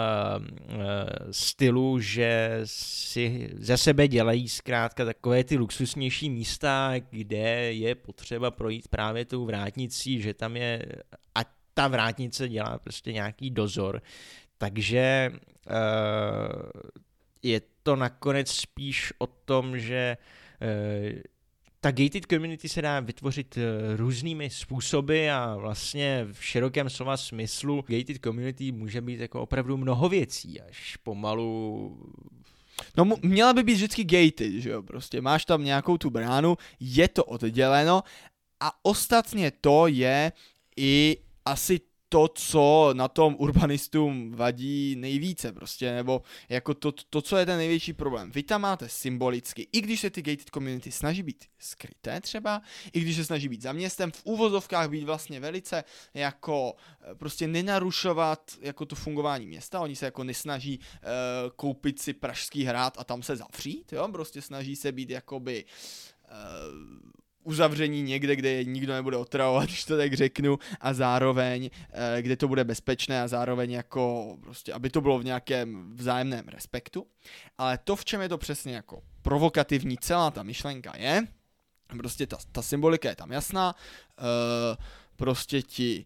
stylu, že si ze sebe dělají zkrátka takové ty luxusnější místa, kde je potřeba projít právě tou vrátnicí, že tam je a ta vrátnice dělá prostě nějaký dozor. Takže je to nakonec spíš o tom, že ta gated community se dá vytvořit různými způsoby a vlastně v širokém slova smyslu gated community může být jako opravdu mnoho věcí, až pomalu... No měla by být vždycky gated, že jo, prostě máš tam nějakou tu bránu, je to odděleno a ostatně to je i asi to, co na tom urbanistům vadí nejvíce prostě, nebo jako to, to, co je ten největší problém. Vy tam máte symbolicky, i když se ty gated community snaží být skryté třeba, i když se snaží být za městem, v úvozovkách být vlastně velice jako prostě nenarušovat jako to fungování města, oni se jako nesnaží uh, koupit si Pražský hrad a tam se zavřít, jo, prostě snaží se být jakoby uh, uzavření někde, kde je nikdo nebude otravovat, když to tak řeknu, a zároveň, e, kde to bude bezpečné a zároveň jako prostě, aby to bylo v nějakém vzájemném respektu. Ale to, v čem je to přesně jako provokativní, celá ta myšlenka je, prostě ta, ta symbolika je tam jasná, e, prostě ti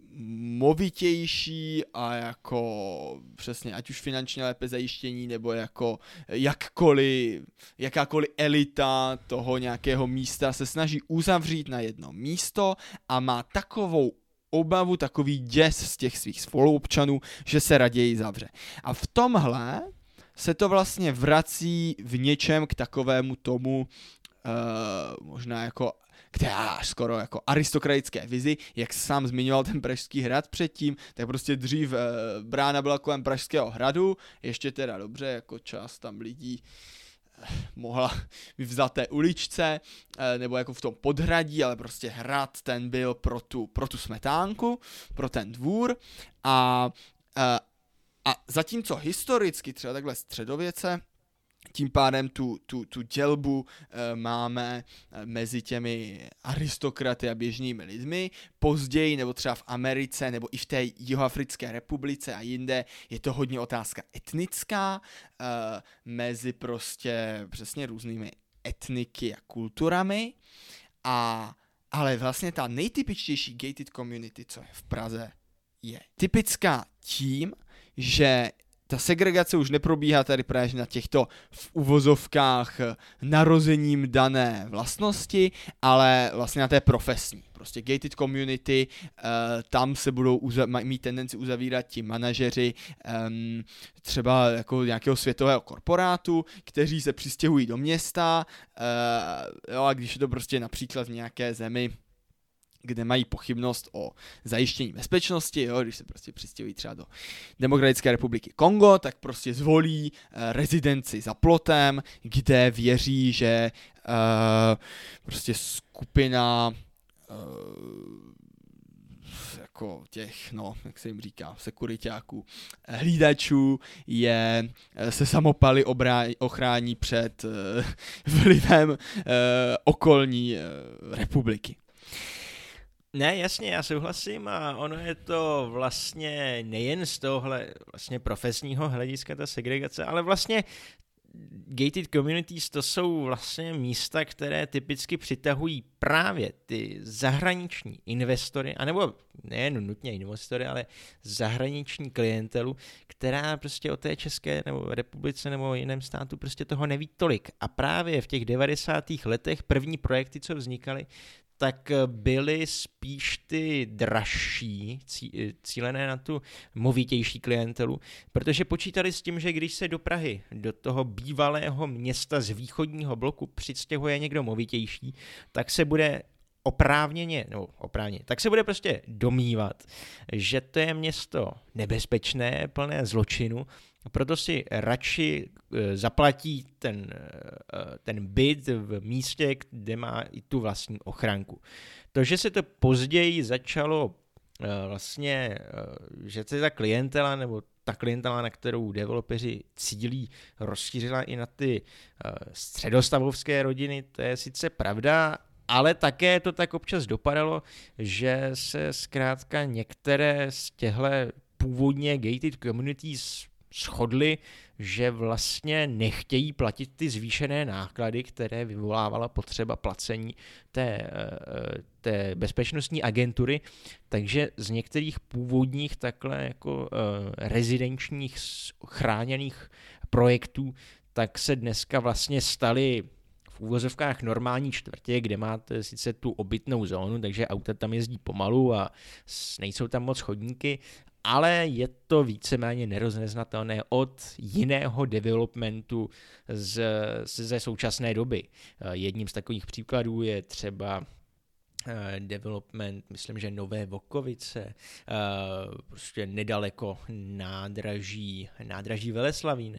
movitější a jako přesně, ať už finančně lépe zajištění, nebo jako jakkoliv, jakákoliv elita toho nějakého místa se snaží uzavřít na jedno místo a má takovou obavu, takový děs z těch svých spoluobčanů, že se raději zavře. A v tomhle se to vlastně vrací v něčem k takovému tomu uh, možná jako k té skoro jako aristokratické vizi, jak sám zmiňoval ten Pražský hrad předtím, tak prostě dřív e, brána byla kolem Pražského hradu, ještě teda dobře, jako část tam lidí e, mohla v té uličce, e, nebo jako v tom podhradí, ale prostě hrad ten byl pro tu, pro tu smetánku, pro ten dvůr a, e, a zatímco historicky třeba takhle středověce, tím pádem tu, tu, tu dělbu e, máme mezi těmi aristokraty a běžnými lidmi. Později, nebo třeba v Americe, nebo i v té Jihoafrické republice a jinde, je to hodně otázka etnická e, mezi prostě přesně různými etniky a kulturami. A, ale vlastně ta nejtypičtější gated community, co je v Praze, je typická tím, že ta segregace už neprobíhá tady právě na těchto v uvozovkách narozením dané vlastnosti, ale vlastně na té profesní. Prostě gated community, uh, tam se budou uza- mít tendenci uzavírat ti manažeři um, třeba jako nějakého světového korporátu, kteří se přistěhují do města, uh, jo, a když je to prostě například v nějaké zemi, kde mají pochybnost o zajištění bezpečnosti, jo, když se prostě přistěhují třeba do Demokratické republiky Kongo, tak prostě zvolí uh, rezidenci za plotem, kde věří, že uh, prostě skupina uh, jako těch, no, jak se jim říká, sekuriťáků, hlídačů je, se samopaly obrání, ochrání před uh, vlivem uh, okolní uh, republiky. Ne, jasně, já souhlasím a ono je to vlastně nejen z tohohle vlastně profesního hlediska ta segregace, ale vlastně gated communities to jsou vlastně místa, které typicky přitahují právě ty zahraniční investory, anebo nejen nutně investory, ale zahraniční klientelu, která prostě o té České nebo republice nebo jiném státu prostě toho neví tolik. A právě v těch devadesátých letech první projekty, co vznikaly, tak byly spíš ty dražší, cílené na tu movitější klientelu, protože počítali s tím, že když se do Prahy, do toho bývalého města z východního bloku přistěhuje někdo movitější, tak se bude oprávněně, nebo oprávněně, tak se bude prostě domnívat, že to je město nebezpečné, plné zločinu, proto si radši zaplatí ten, ten byt v místě, kde má i tu vlastní ochranku. To, že se to později začalo vlastně, že se ta klientela nebo ta klientela, na kterou developeři cílí, rozšířila i na ty středostavovské rodiny, to je sice pravda, ale také to tak občas dopadalo, že se zkrátka některé z těchto původně gated communities shodli, že vlastně nechtějí platit ty zvýšené náklady, které vyvolávala potřeba placení té, té bezpečnostní agentury, takže z některých původních takhle jako rezidenčních chráněných projektů tak se dneska vlastně staly v úvozovkách normální čtvrtě, kde máte sice tu obytnou zónu, takže auta tam jezdí pomalu a nejsou tam moc chodníky, ale je to víceméně nerozeznatelné od jiného developmentu z, ze současné doby. Jedním z takových příkladů je třeba development, myslím, že Nové Vokovice, prostě nedaleko nádraží, nádraží Veleslavín.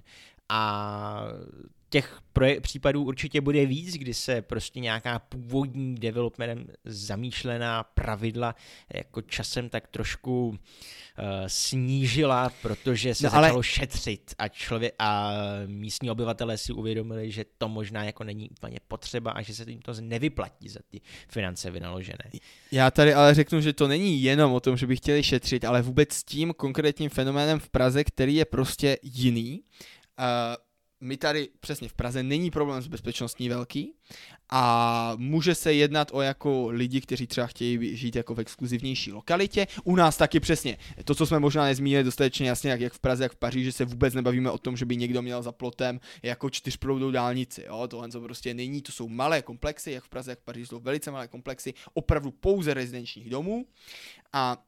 A těch proje- případů určitě bude víc, kdy se prostě nějaká původní developmentem zamýšlená pravidla jako časem tak trošku uh, snížila, protože se no, začalo ale... šetřit a člověk a místní obyvatelé si uvědomili, že to možná jako není úplně potřeba a že se jim to nevyplatí za ty finance vynaložené. Já tady ale řeknu, že to není jenom o tom, že by chtěli šetřit, ale vůbec s tím konkrétním fenoménem v Praze, který je prostě jiný. Uh, My tady přesně v Praze není problém s bezpečností velký a může se jednat o jako lidi, kteří třeba chtějí žít jako v exkluzivnější lokalitě. U nás taky přesně to, co jsme možná nezmínili dostatečně jasně, jak, jak v Praze, jak v Paříži, se vůbec nebavíme o tom, že by někdo měl za plotem jako čtyřproudou dálnici. Jo? Tohle to prostě není, to jsou malé komplexy, jak v Praze, jak v Paříži, jsou velice malé komplexy, opravdu pouze rezidenčních domů a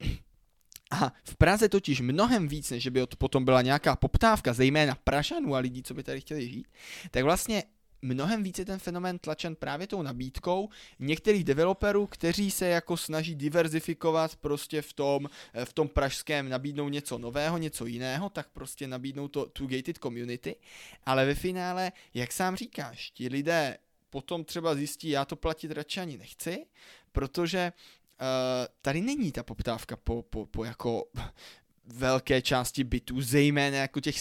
A v Praze totiž mnohem víc, než by potom byla nějaká poptávka, zejména Pražanů a lidí, co by tady chtěli žít, tak vlastně mnohem víc je ten fenomén tlačen právě tou nabídkou některých developerů, kteří se jako snaží diverzifikovat prostě v tom, v tom pražském, nabídnou něco nového, něco jiného, tak prostě nabídnou to tu gated community, ale ve finále, jak sám říkáš, ti lidé potom třeba zjistí, já to platit radši ani nechci, protože Uh, tady není ta poptávka po, po, po jako velké části bytů, zejména jako těch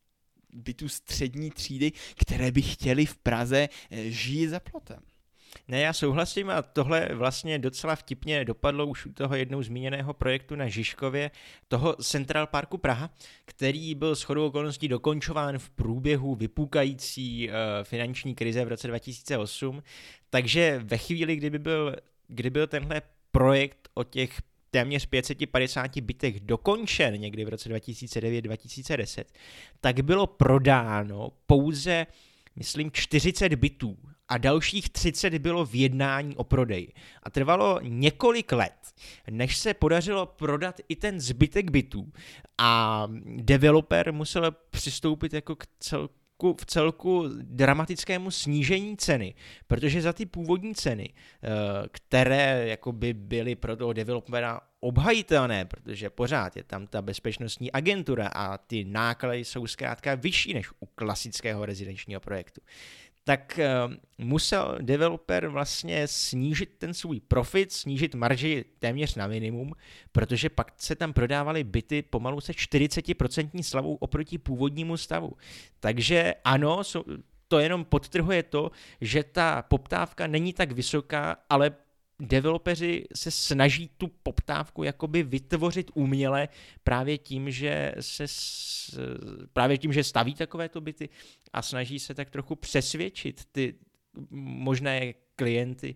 bytů střední třídy, které by chtěli v Praze žít za plotem. Ne, já souhlasím a tohle vlastně docela vtipně dopadlo už u toho jednou zmíněného projektu na Žižkově, toho Central Parku Praha, který byl shodou okolností dokončován v průběhu vypukající uh, finanční krize v roce dva tisíce osm, takže ve chvíli, kdyby byl, kdy byl tenhle projekt o těch téměř pět set padesát bytech dokončen někdy v roce dva tisíce devět dva tisíce deset, tak bylo prodáno pouze, myslím, čtyřicet bytů a dalších třicet bylo v jednání o prodeji. A trvalo několik let, než se podařilo prodat i ten zbytek bytů a developer musel přistoupit jako k celku v celku dramatickému snížení ceny, protože za ty původní ceny, které jakoby byly pro toho developera obhajitelné, protože pořád je tam ta bezpečnostní agentura a ty náklady jsou zkrátka vyšší než u klasického rezidenčního projektu, tak musel developer vlastně snížit ten svůj profit, snížit marži téměř na minimum, protože pak se tam prodávaly byty pomalu se čtyřicet procent slevou oproti původnímu stavu. Takže ano, to jenom podtrhuje to, že ta poptávka není tak vysoká, ale developeři se snaží tu poptávku jakoby vytvořit uměle právě tím, že se právě tím, že staví takovéto byty a snaží se tak trochu přesvědčit ty možné klienty,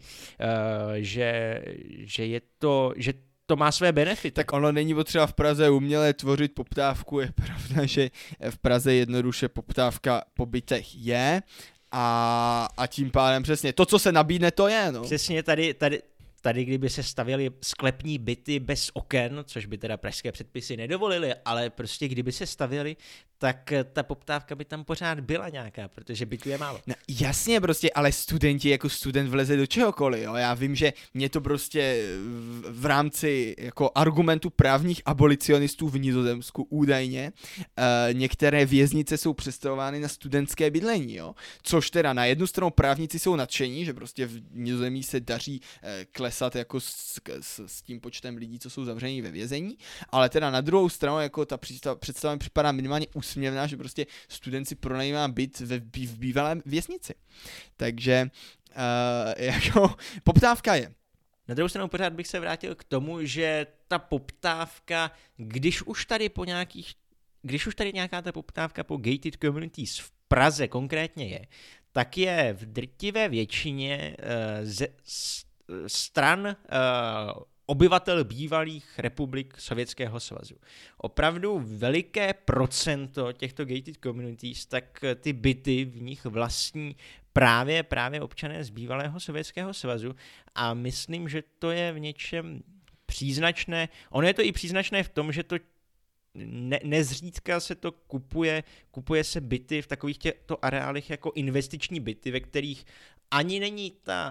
že, že je to, že to má své benefity. Tak ono není potřeba v Praze uměle tvořit poptávku, je pravda, že v Praze jednoduše poptávka po bytech je a, a tím pádem přesně to, co se nabídne, to je. No. Přesně tady, tady Tady, kdyby se stavěly sklepní byty bez oken, což by teda pražské předpisy nedovolily, ale prostě kdyby se stavěly, tak ta poptávka by tam pořád byla nějaká, protože bytů je málo. No, jasně prostě, ale studenti jako student vleze do čehokoliv, jo. Já vím, že mě to prostě v, v rámci jako argumentu právních abolicionistů v Nizozemsku údajně uh, některé věznice jsou přestavovány na studentské bydlení, jo. Což teda na jednu stranu právníci jsou nadšení, že prostě v Nizozemí se daří uh, klesat jako s, s, s tím počtem lidí, co jsou zavření ve vězení, ale teda na druhou stranu jako ta představa, představa mi připadá minimálně úsměvná, že prostě student si pronajímá byt ve, v bývalé věznici. Takže uh, jako poptávka je. Na druhou stranu pořád bych se vrátil k tomu, že ta poptávka, když už tady po nějakých, když už tady nějaká ta poptávka po gated communities v Praze konkrétně je, tak je v drtivé většině uh, ze stran uh, obyvatel bývalých republik Sovětského svazu. Opravdu veliké procento těchto gated communities, tak ty byty v nich vlastní právě, právě občané z bývalého Sovětského svazu a myslím, že to je v něčem příznačné. Ono je to i příznačné v tom, že to ne, nezřídka se to kupuje, kupuje se byty v takových těchto areálech jako investiční byty, ve kterých ani není ta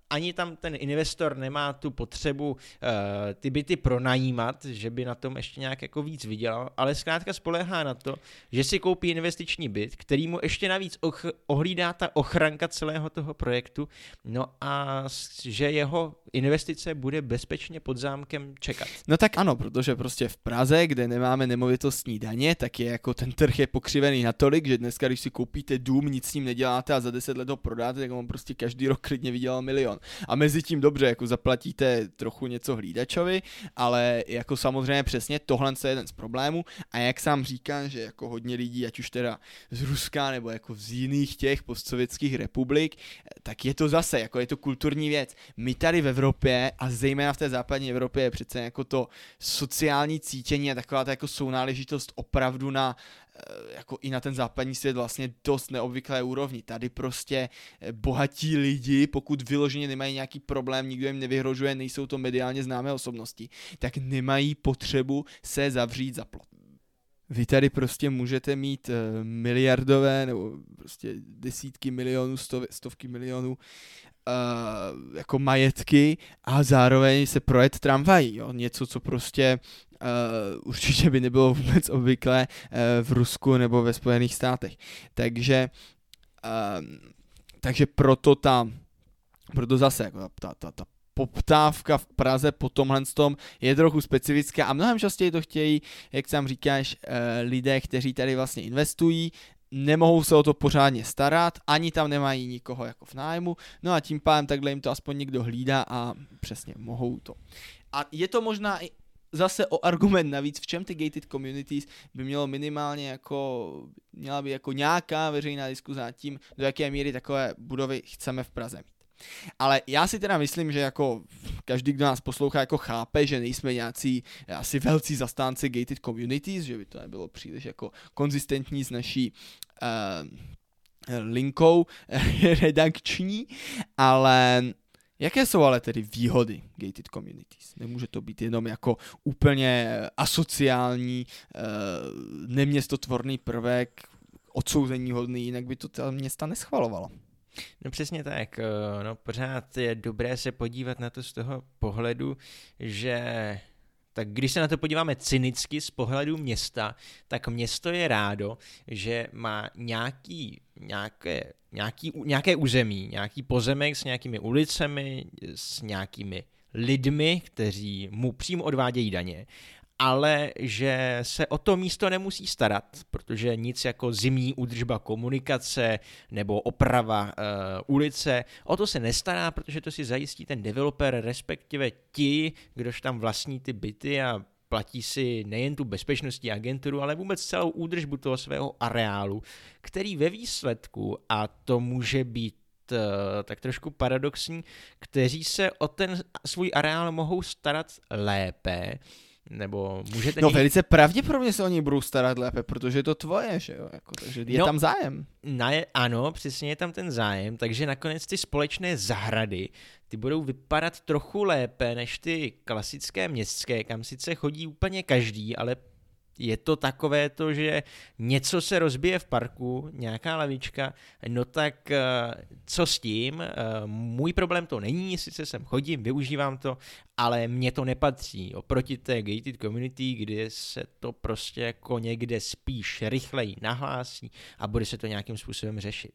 ani tam ten investor nemá tu potřebu uh, ty byty pronajímat, že by na tom ještě nějak jako víc vydělal, ale zkrátka spoléhá na to, že si koupí investiční byt, který mu ještě navíc och- ohlídá ta ochranka celého toho projektu, no a že jeho investice bude bezpečně pod zámkem čekat. No tak ano, protože prostě v Praze, kde nemáme nemovitostní daně, tak je jako ten trh je pokřivený natolik, že dneska, když si koupíte dům, nic s ním neděláte a za deset let ho prodáte, tak on prostě každý rok klidně vydělal milion. A mezi tím dobře, jako zaplatíte trochu něco hlídačovi, ale jako samozřejmě přesně tohle je jeden z problémů a jak sám říká, že jako hodně lidí, ať už teda z Ruska nebo jako z jiných těch postsovětských republik, tak je to zase, jako je to kulturní věc. My tady v Evropě a zejména v té západní Evropě je přece jako to sociální cítění a taková ta jako sounáležitost opravdu na jako i na ten západní svět vlastně dost neobvyklé úrovni. Tady prostě bohatí lidi, pokud vyloženě nemají nějaký problém, nikdo jim nevyhrožuje, nejsou to mediálně známé osobnosti, tak nemají potřebu se zavřít za plot. Vy tady prostě můžete mít uh, miliardové nebo prostě desítky milionů, stov, stovky milionů uh, jako majetky a zároveň se projet tramvají. Jo? Něco, co prostě uh, určitě by nebylo vůbec obvyklé uh, v Rusku nebo ve Spojených státech. Takže, uh, takže proto ta, proto zase jako ta, ta, ta poptávka v Praze po tomhle tom je trochu specifická a mnohem častěji to chtějí, jak sám říkáš, lidé, kteří tady vlastně investují, nemohou se o to pořádně starat, ani tam nemají nikoho jako v nájmu, no a tím pádem takhle jim to aspoň někdo hlídá a přesně mohou to. A je to možná i zase o argument navíc, v čem ty gated communities by mělo minimálně jako, měla by jako nějaká veřejná diskuze nad tím, do jaké míry takové budovy chceme v Praze mít. Ale já si teda myslím, že jako každý, kdo nás poslouchá, jako chápe, že nejsme nějací asi velcí zastánci gated communities, že by to nebylo příliš jako konzistentní s naší uh, linkou redakční, ale jaké jsou ale tedy výhody gated communities? Nemůže to být jenom jako úplně asociální, uh, neměstotvorný prvek, odsouzení hodný, jinak by to ta města neschvalovalo. No přesně tak, no pořád je dobré se podívat na to z toho pohledu, že tak když se na to podíváme cynicky z pohledu města, tak město je rádo, že má nějaký, nějaké, nějaký, nějaké území, nějaký pozemek s nějakými ulicemi, s nějakými lidmi, kteří mu přímo odvádějí daně, ale že se o to místo nemusí starat, protože nic jako zimní údržba komunikace nebo oprava uh, ulice, o to se nestará, protože to si zajistí ten developer, respektive ti, kdož tam vlastní ty byty a platí si nejen tu bezpečnostní agenturu, ale vůbec celou údržbu toho svého areálu, který ve výsledku, a to může být uh, tak trošku paradoxní, kteří se o ten svůj areál mohou starat lépe, nebo můžete... No něj... velice pravděpodobně se o něj budou starat lépe, protože je to tvoje, že jo, jako, takže je no, tam zájem. Na, ano, přesně je tam ten zájem, takže nakonec ty společné zahrady, ty budou vypadat trochu lépe než ty klasické městské, kam sice chodí úplně každý, ale je to takové to, že něco se rozbije v parku, nějaká lavička, no tak co s tím? Můj problém to není, sice sem chodím, využívám to, ale mně to nepatří. Oproti té gated community, kde se to prostě jako někde spíš rychleji nahlásí a bude se to nějakým způsobem řešit.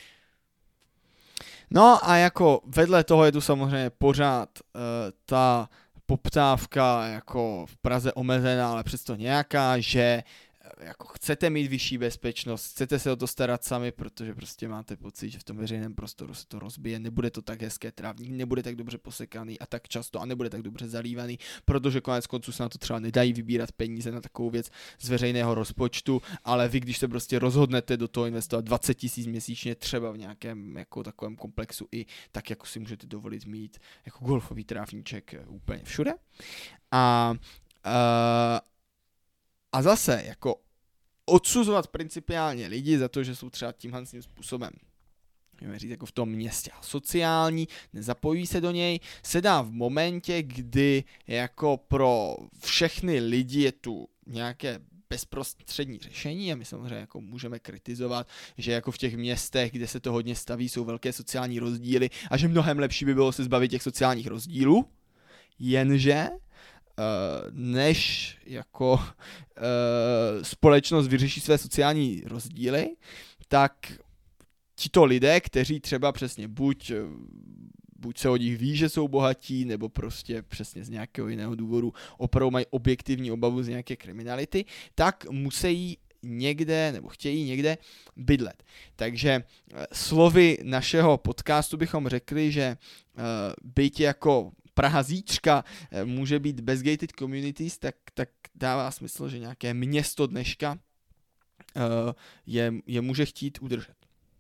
No a jako vedle toho je tu samozřejmě pořád uh, ta poptávka jako v Praze omezená, ale přesto nějaká, že jako chcete mít vyšší bezpečnost, chcete se o to starat sami, protože prostě máte pocit, že v tom veřejném prostoru se to rozbije, nebude to tak hezké, trávník nebude tak dobře posekaný a tak často a nebude tak dobře zalívaný, protože konec konců se na to třeba nedají vybírat peníze na takovou věc z veřejného rozpočtu, ale vy, když se prostě rozhodnete do toho investovat dvacet tisíc měsíčně třeba v nějakém jako takovém komplexu i tak, jako si můžete dovolit mít jako golfový trávníček úplně všude. A, a A zase, jako odsuzovat principiálně lidi za to, že jsou třeba tímhle způsobem, můžeme říct, jako v tom městě sociální, nezapojí se do něj, se dá v momentě, kdy jako pro všechny lidi je tu nějaké bezprostřední řešení a my samozřejmě jako můžeme kritizovat, že jako v těch městech, kde se to hodně staví, jsou velké sociální rozdíly a že mnohem lepší by bylo se zbavit těch sociálních rozdílů, jenže Uh, než jako uh, společnost vyřeší své sociální rozdíly, tak tito lidé, kteří třeba přesně buď, buď se o nich ví, že jsou bohatí, nebo prostě přesně z nějakého jiného důvodu opravdu mají objektivní obavu z nějaké kriminality, tak musí někde, nebo chtějí někde bydlet. Takže slovy našeho podcastu bychom řekli, že uh, byť jako Praha zítřka může být bez gated communities, tak, tak dává smysl, že nějaké město dneška uh, je, je může chtít udržet.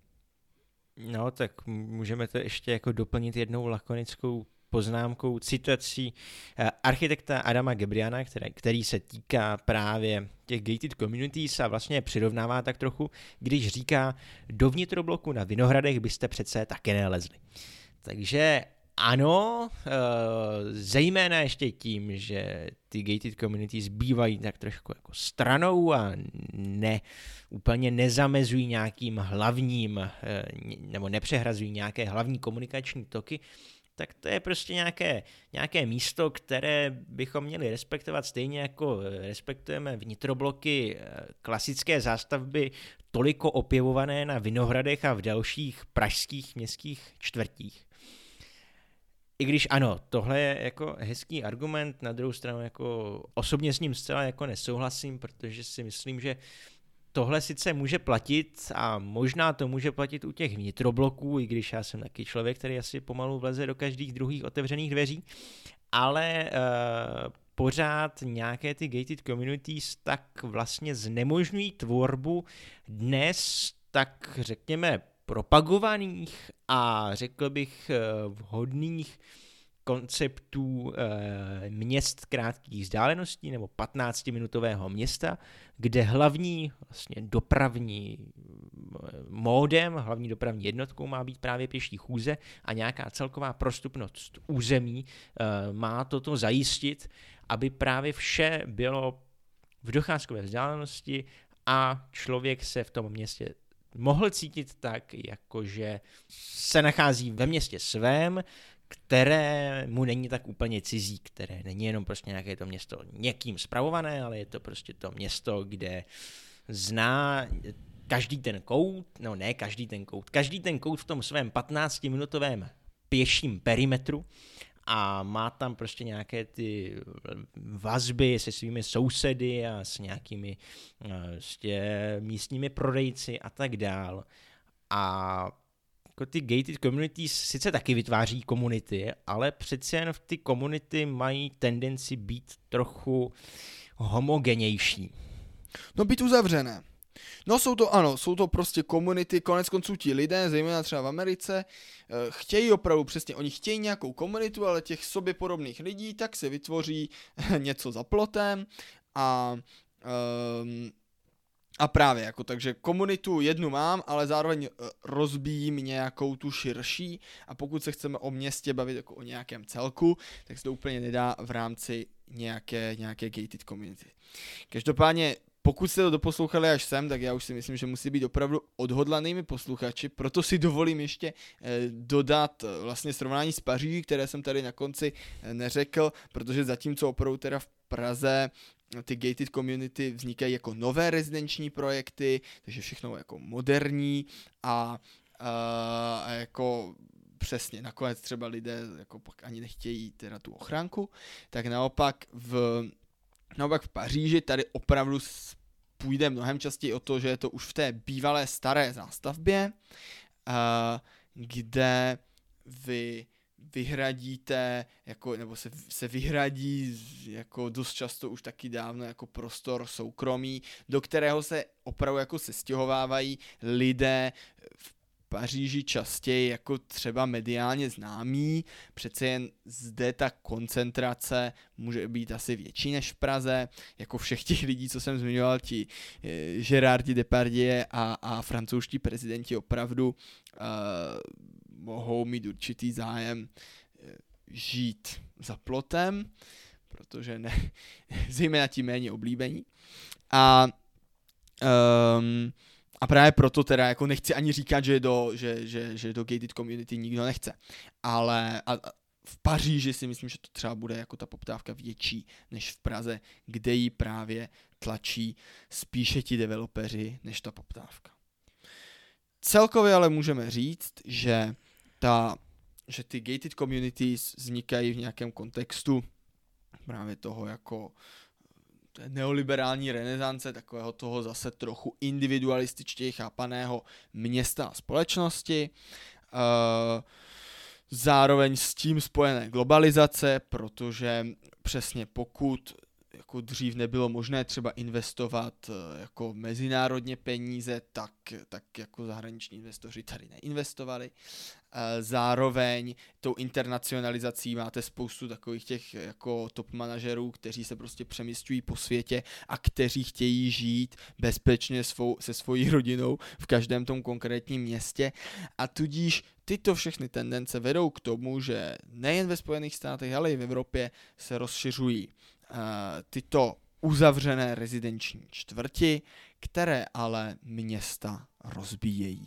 No, tak můžeme to ještě jako doplnit jednou lakonickou poznámkou, citací uh, architekta Adama Gebriana, který, který se týká právě těch gated communities a vlastně přirovnává tak trochu, když říká, do vnitrobloku na Vinohradech byste přece také nelezli. Takže ano, zejména ještě tím, že ty gated communities bývají tak trošku jako stranou a ne, úplně nezamezují nějakým hlavním, nebo nepřehrazují nějaké hlavní komunikační toky, tak to je prostě nějaké, nějaké místo, které bychom měli respektovat stejně jako respektujeme vnitrobloky klasické zástavby toliko opěvované na Vinohradech a v dalších pražských městských čtvrtích. I když ano, tohle je jako hezký argument, na druhou stranu jako osobně s ním zcela jako nesouhlasím, protože si myslím, že tohle sice může platit a možná to může platit u těch vnitrobloků, i když já jsem taky člověk, který asi pomalu vleze do každých druhých otevřených dveří, ale uh, pořád nějaké ty gated communities tak vlastně znemožňují tvorbu dnes tak řekněme propagovaných a řekl bych vhodných konceptů měst krátkých vzdáleností nebo patnáctiminutového města, kde hlavní vlastně dopravní módem, hlavní dopravní jednotkou má být právě pěší chůze a nějaká celková prostupnost území má toto zajistit, aby právě vše bylo v docházkové vzdálenosti a člověk se v tom městě mohl cítit tak, jakože se nachází ve městě svém, které mu není tak úplně cizí, které není jenom prostě nějaké to město někým spravované, ale je to prostě to město, kde zná každý ten kout, no ne každý ten kout, každý ten kout v tom svém patnáctiminutovém pěším perimetru a má tam prostě nějaké ty vazby se svými sousedy a s nějakými prostě místními prodejci a tak dál. A jako ty gated communities sice taky vytváří komunity, ale přeci jen ty komunity mají tendenci být trochu homogenější. No být uzavřené. No jsou to, ano, jsou to prostě komunity, konec konců ti lidé, zejména třeba v Americe, chtějí opravdu přesně, oni chtějí nějakou komunitu, ale těch sobě podobných lidí, tak se vytvoří něco za plotem a um, a právě jako, takže komunitu jednu mám, ale zároveň rozbíjím nějakou tu širší a pokud se chceme o městě bavit jako o nějakém celku, tak se to úplně nedá v rámci nějaké, nějaké gated community. Každopádně pokud jste to doposlouchali až sem, tak já už si myslím, že musí být opravdu odhodlanými posluchači, proto si dovolím ještě eh, dodat vlastně srovnání s Paříží, které jsem tady na konci eh, neřekl, protože zatímco opravdu teda v Praze ty gated community vznikají jako nové rezidenční projekty, takže všechno jako moderní a, a, a jako přesně, nakonec třeba lidé jako pak ani nechtějí teda tu ochránku, tak naopak v Naopak v Paříži tady opravdu půjde mnohem častěji o to, že je to už v té bývalé staré zástavbě, kde vy vyhradíte, jako, nebo se, se vyhradí jako dost často už taky dávno jako prostor soukromí, do kterého se opravdu jako se stěhovávají lidé v Paříži častěji jako třeba mediálně známí, přece jen zde ta koncentrace může být asi větší než v Praze, jako všech těch lidí, co jsem zmiňoval, ti Gérardi Depardieu a, a francouzští prezidenti opravdu uh, mohou mít určitý zájem žít za plotem, protože ne, zejména ti méně oblíbení. A, um, a právě proto teda jako nechci ani říkat, že do, že, že, že do gated community nikdo nechce. Ale a, a v Paříži si myslím, že to třeba bude jako ta poptávka větší než v Praze, kde ji právě tlačí spíše ti developeři než ta poptávka. Celkově ale můžeme říct, že, ta, že ty gated communities vznikají v nějakém kontextu právě toho jako neoliberální renesance, takového toho zase trochu individualističtěji chápaného města a společnosti. Zároveň s tím spojené globalizace, protože přesně pokud jako dřív nebylo možné třeba investovat jako mezinárodně peníze, tak, tak jako zahraniční investoři tady neinvestovali. Zároveň tou internacionalizací máte spoustu takových těch jako top manažerů, kteří se prostě přemisťují po světě a kteří chtějí žít bezpečně svou, se svojí rodinou v každém tom konkrétním městě a tudíž tyto všechny tendence vedou k tomu, že nejen ve Spojených státech, ale i v Evropě se rozšiřují uh, tyto uzavřené rezidenční čtvrti, které ale města rozbíjejí.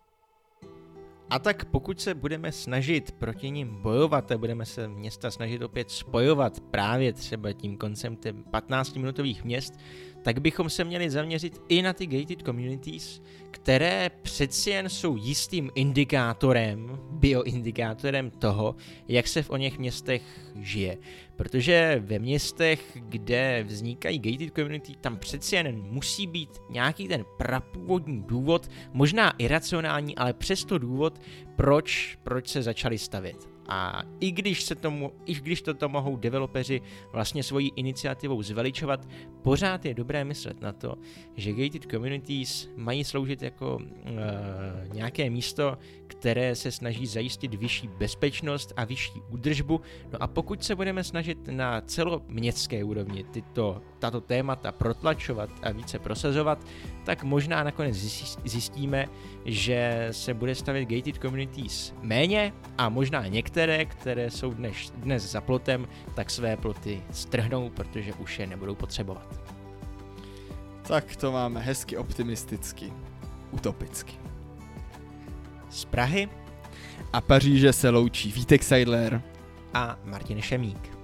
A tak pokud se budeme snažit proti nim bojovat a budeme se města snažit opět spojovat právě třeba tím konceptem patnáctiminutových měst, tak bychom se měli zaměřit i na ty gated communities, které přeci jen jsou jistým indikátorem, bioindikátorem toho, jak se v oněch městech žije. Protože ve městech, kde vznikají gated community, tam přeci jen musí být nějaký ten prapůvodní důvod, možná iracionální, ale přesto důvod, proč, proč se začali stavět. A i když, se tomu, i když toto mohou developeři vlastně svojí iniciativou zveličovat, pořád je dobré myslet na to, že gated communities mají sloužit jako uh, nějaké místo, které se snaží zajistit vyšší bezpečnost a vyšší údržbu. No a pokud se budeme snažit na celoměstské úrovni tyto, tato témata protlačovat a více prosazovat, tak možná nakonec zjistíme, že se bude stavět gated communities méně a možná některé, které jsou dnes, dnes za plotem, tak své ploty strhnou, protože už je nebudou potřebovat. Tak to máme hezky optimisticky, utopicky. Z Prahy a Paříže se loučí Vítek Seidler a Martin Šemík.